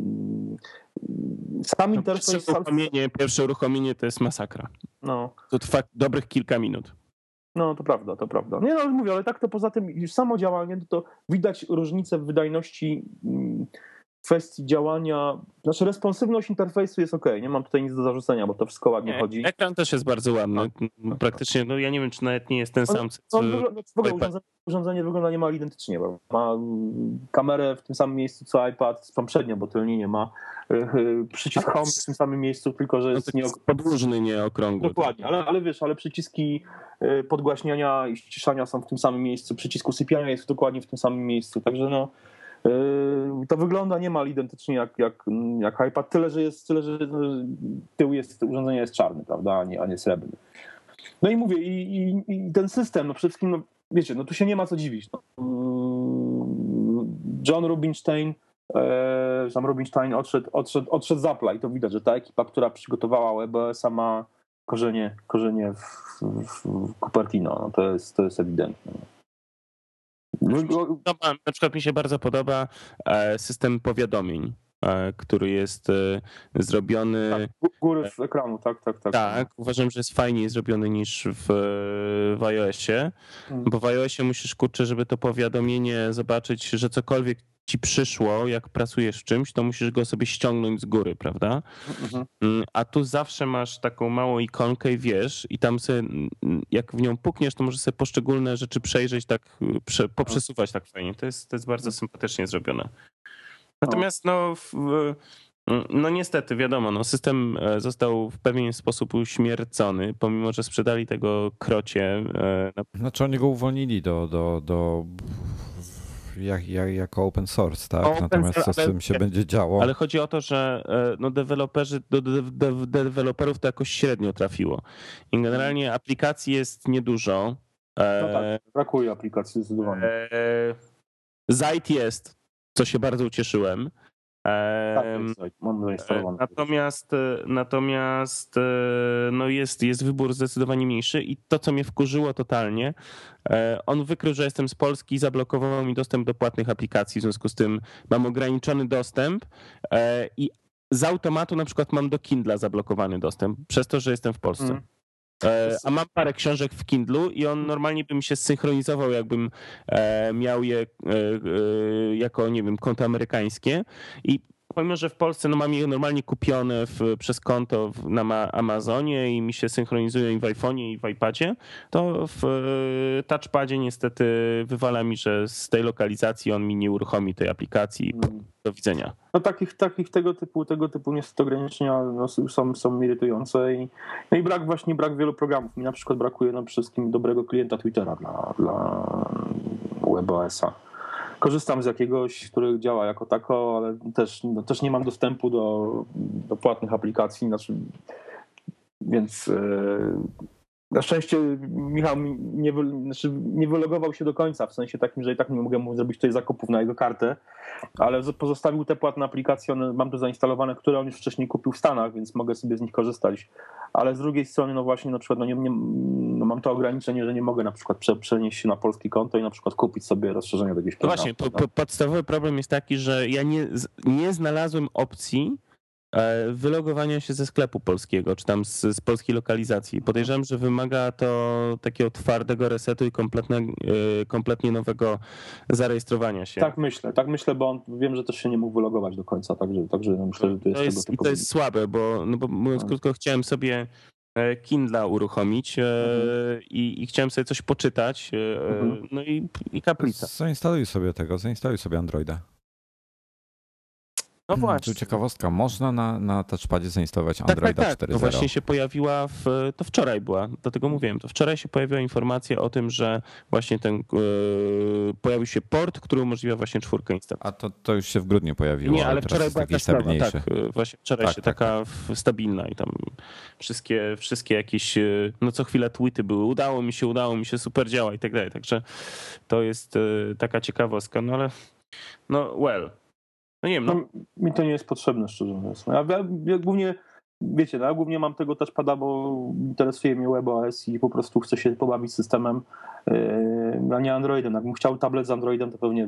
Sam interfejs...
Pierwsze uruchomienie to jest masakra.
No.
To trwa dobrych kilka minut.
No, to prawda. Nie, no mówię, ale tak to poza tym już samo działanie, to widać różnicę w wydajności kwestii działania, znaczy responsywność interfejsu jest ok, nie mam tutaj nic do zarzucenia, bo to wszystko ładnie chodzi.
Ekran też jest bardzo ładny. Praktycznie, no ja nie wiem, czy nawet nie jest ten sam.
W ogóle urządzenie wygląda niemal identycznie. Bo ma kamerę w tym samym miejscu co iPad, tam przednio, bo tylnie nie ma. Przycisk Home w tym samym miejscu, tylko że jest
podłużny, nie okrągły.
Dokładnie, ale wiesz, ale przyciski podgłaśniania i ściszania są w tym samym miejscu, przycisk usypiania jest dokładnie w tym samym miejscu, także no to wygląda niemal identycznie jak iPad, tyle, że tył urządzenia jest czarny, prawda, a nie srebrny. No i mówię, i ten system, no przede wszystkim, no wiecie, no tu się nie ma co dziwić. No. John Rubinstein odszedł z Apple'a i to widać, że ta ekipa, która przygotowała WebOS-a ma korzenie w Cupertino, no to jest ewidentne.
Na przykład mi się bardzo podoba system powiadomień, który jest zrobiony...
Tak, góry w ekranu, tak.
Tak, uważam, że jest fajniej zrobiony niż w iOSie, bo w iOSie musisz, żeby to powiadomienie zobaczyć, że cokolwiek ci przyszło, jak pracujesz w czymś, to musisz go sobie ściągnąć z góry, prawda? A tu zawsze masz taką małą ikonkę i wiesz, i tam sobie, jak w nią pukniesz, to możesz sobie poszczególne rzeczy przejrzeć, tak poprzesuwać tak fajnie. To jest bardzo sympatycznie zrobione. Natomiast no niestety, wiadomo, no system został w pewien sposób uśmiercony, pomimo że sprzedali tego krocie.
Znaczy oni go uwolnili jako open source, tak? Natomiast co z tym się będzie działo?
Ale chodzi o to, że no do deweloperów to jakoś średnio trafiło. I generalnie aplikacji jest niedużo.
No tak, brakuje aplikacji zdecydowanie.
Zite jest, co się bardzo ucieszyłem.
Mam zainstalowany.
Natomiast no jest wybór zdecydowanie mniejszy i to, co mnie wkurzyło totalnie, on wykrył, że jestem z Polski i zablokował mi dostęp do płatnych aplikacji, w związku z tym mam ograniczony dostęp i z automatu na przykład mam do Kindla zablokowany dostęp, przez to, że jestem w Polsce. A mam parę książek w Kindlu i on normalnie by mi się synchronizował, jakbym miał je jako, nie wiem, konto amerykańskie i pomimo, że w Polsce no mam je normalnie kupione przez konto na Amazonie i mi się synchronizują i w iPhone'ie i w iPadzie, to w touchpadzie niestety wywala mi, że z tej lokalizacji on mi nie uruchomi tej aplikacji. Do widzenia.
No takich tego typu niestety ograniczenia są irytujące i brak wielu programów. Mi na przykład brakuje przede wszystkim dobrego klienta Twittera dla WebOS-a. Korzystam z jakiegoś, który działa jako tako, ale też nie mam dostępu do płatnych aplikacji, więc na szczęście Michał nie wylogował się do końca, w sensie takim, że i tak nie mogę mu zrobić tutaj zakupów na jego kartę, ale pozostawił te płatne aplikacje, mam tu zainstalowane, które on już wcześniej kupił w Stanach, więc mogę sobie z nich korzystać. Ale z drugiej strony, no właśnie na przykład mam to ograniczenie, że nie mogę na przykład przenieść się na polskie konto i na przykład kupić sobie rozszerzenia do jakiegoś programu.
No właśnie, podstawowy problem jest taki, że ja nie znalazłem opcji wylogowania się ze sklepu polskiego, czy tam z polskiej lokalizacji. Podejrzewam, że wymaga to takiego twardego resetu i kompletnie nowego zarejestrowania się.
Tak myślę, bo wiem, że też się nie mógł wylogować do końca, także myślę, że to jest tego typu.
I to jest słabe, bo mówiąc krótko, chciałem sobie Kindla uruchomić i chciałem sobie coś poczytać, no i kaplica.
Zainstaluj sobie Androida.
No właśnie.
Tu ciekawostka, można na touchpadzie zainstalować Androida 4.0.
To właśnie się pojawiła to wczoraj była, dlatego mówiłem, to wczoraj się pojawiła informacja o tym, że właśnie pojawił się port, który umożliwia właśnie 4 instalacji.
A to już się w grudniu pojawiło.
Nie, ale wczoraj była taka sprawa, tak, właśnie wczoraj
tak,
się taka stabilna i tam wszystkie jakieś, no co chwilę tweety były, udało mi się, super działa i tak dalej, także to jest taka ciekawostka, no ale no nie wiem, no.
Mi to nie jest potrzebne, szczerze mówiąc. Ja głównie, wiecie, ja głównie mam tego touchpada, bo interesuje mnie WebOS i po prostu chcę się pobawić systemem, a nie Androidem. Jakbym chciał tablet z Androidem, to pewnie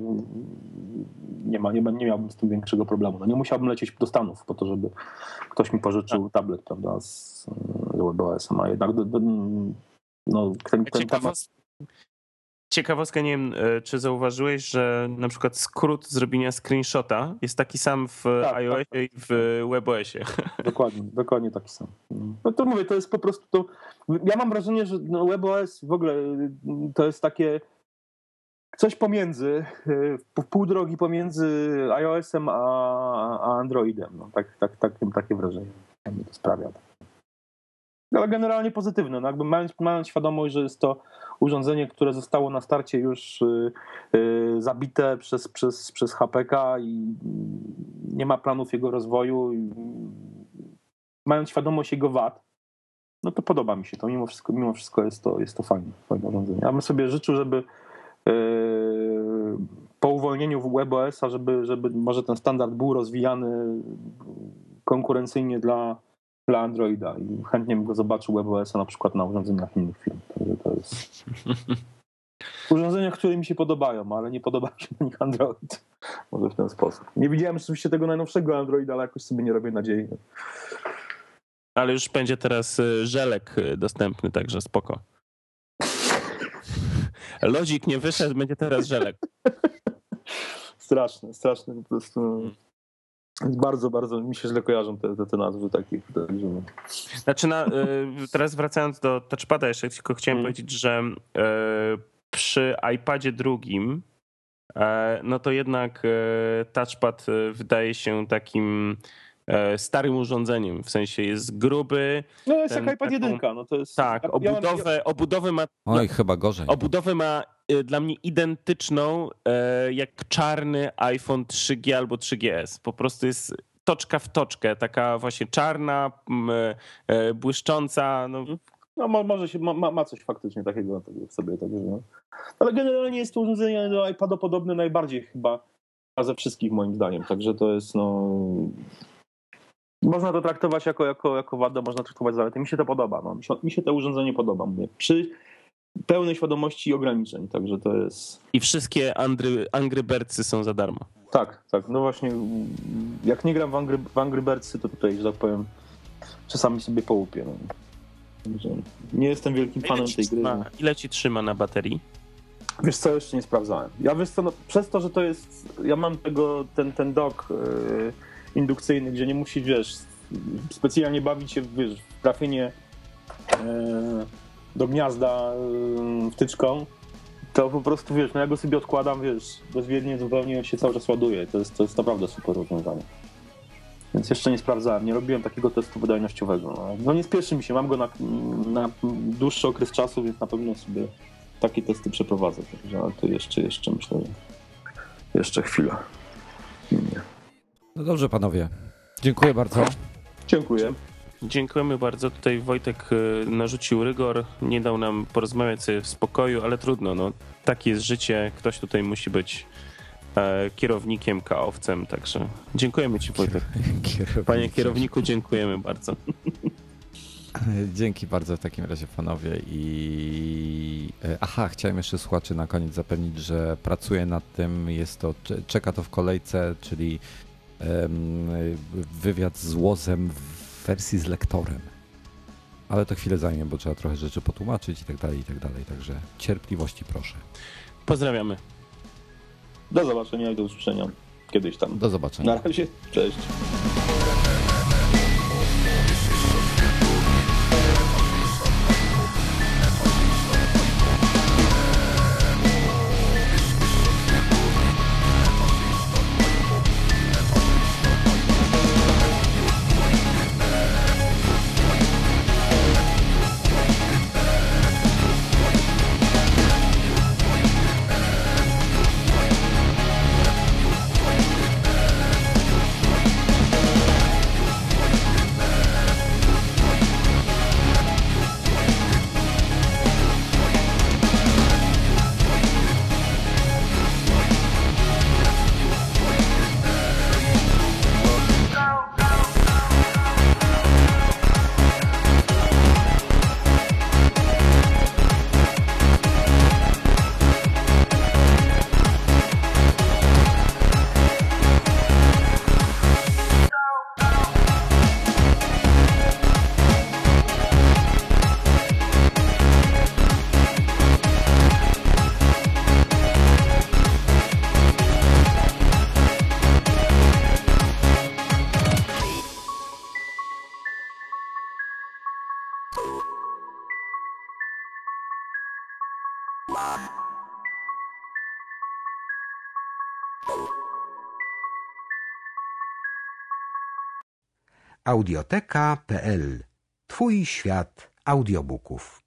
nie miałbym z tym większego problemu. No nie musiałbym lecieć do Stanów po to, żeby ktoś mi pożyczył tablet, prawda, z WebOS-em, a jednak ten temat...
Ciekawostka, nie wiem, czy zauważyłeś, że na przykład skrót zrobienia screenshota jest taki sam w iOSie i w WebOSie.
Dokładnie taki sam. No to mówię, to jest po prostu to. Ja mam wrażenie, że WebOS w ogóle to jest takie coś pomiędzy, pół drogi pomiędzy iOS-em a Androidem. No, takie wrażenie mi to sprawia. Ale generalnie pozytywne. No jakby mając świadomość, że jest to urządzenie, które zostało na starcie już zabite przez HPK i nie ma planów jego rozwoju, mając świadomość jego wad, no to podoba mi się to. Mimo wszystko jest to fajne urządzenie. Ja bym sobie życzył, żeby po uwolnieniu WebOS-a, żeby może ten standard był rozwijany konkurencyjnie dla Androida i chętnie bym go zobaczył WebOS-a na przykład na urządzeniach innych firm. Także to jest urządzenia, które mi się podobają, ale nie podoba się na nich Android. Może w ten sposób. Nie widziałem rzeczywiście tego najnowszego Androida, ale jakoś sobie nie robię nadziei.
Ale już będzie teraz żelek dostępny, także spoko. Lodzik nie wyszedł, będzie teraz żelek.
Straszne po prostu. Bardzo, bardzo mi się źle kojarzą te nazwy takich.
Znaczy teraz wracając do touchpada, jeszcze tylko chciałem powiedzieć, że przy iPadzie drugim no to jednak touchpad wydaje się takim starym urządzeniem, w sensie jest gruby.
No jest jak iPad 1, no to jest...
Tak, obudowę ma...
Oj, chyba gorzej.
Obudowę ma dla mnie identyczną jak czarny iPhone 3G albo 3GS. Po prostu jest toczka w toczkę, taka właśnie czarna, błyszcząca.
No może się ma coś faktycznie takiego w sobie. Także, no. Ale generalnie jest to urządzenie do iPada podobne najbardziej chyba ze wszystkich moim zdaniem. Także to jest można to traktować jako wadę, można traktować zaletę. Mi się to podoba. No. Mi się to urządzenie podoba. Mówię. Przy pełnej świadomości ograniczeń. Także to jest...
I wszystkie Angry Birdsy są za darmo.
Tak. No właśnie, jak nie gram w Angry Birdsy, to tutaj, że tak powiem, czasami sobie połupię. No. Nie jestem wielkim fanem tej gry.
Ile ci trzyma na baterii?
Wiesz co, jeszcze nie sprawdzałem. Ja wiesz co, przez to, że to jest... Ja mam ten dock indukcyjny, gdzie nie musisz, wiesz, specjalnie bawić się, wiesz, w trafienie do gniazda wtyczką, to po prostu, wiesz, ja go sobie odkładam, wiesz, bezwiednie zupełnie się cały czas ładuje. To jest naprawdę super rozwiązanie. Więc jeszcze nie sprawdzałem, nie robiłem takiego testu wydajnościowego. No nie spieszy mi się, mam go na dłuższy okres czasu, więc na pewno sobie takie testy przeprowadzę. Także, ale to jeszcze myślę, że jeszcze chwila. Nie.
No dobrze, panowie. Dziękuję bardzo.
Dziękuję.
Dziękujemy bardzo. Tutaj Wojtek narzucił rygor, nie dał nam porozmawiać sobie w spokoju, ale trudno. No, takie jest życie. Ktoś tutaj musi być kierownikiem, kaowcem, także dziękujemy ci, Wojtek. Panie kierowniku, dziękujemy bardzo.
Dzięki bardzo w takim razie, panowie. Chciałem jeszcze słuchaczy na koniec zapewnić, że pracuję nad tym, czeka to w kolejce, czyli wywiad z Łozem w wersji z lektorem. Ale to chwilę zajmie, bo trzeba trochę rzeczy potłumaczyć i tak dalej, także cierpliwości proszę.
Pozdrawiamy.
Do zobaczenia i do usłyszenia kiedyś tam.
Do zobaczenia.
Na razie, cześć.
Audioteka.pl. Twój świat audiobooków.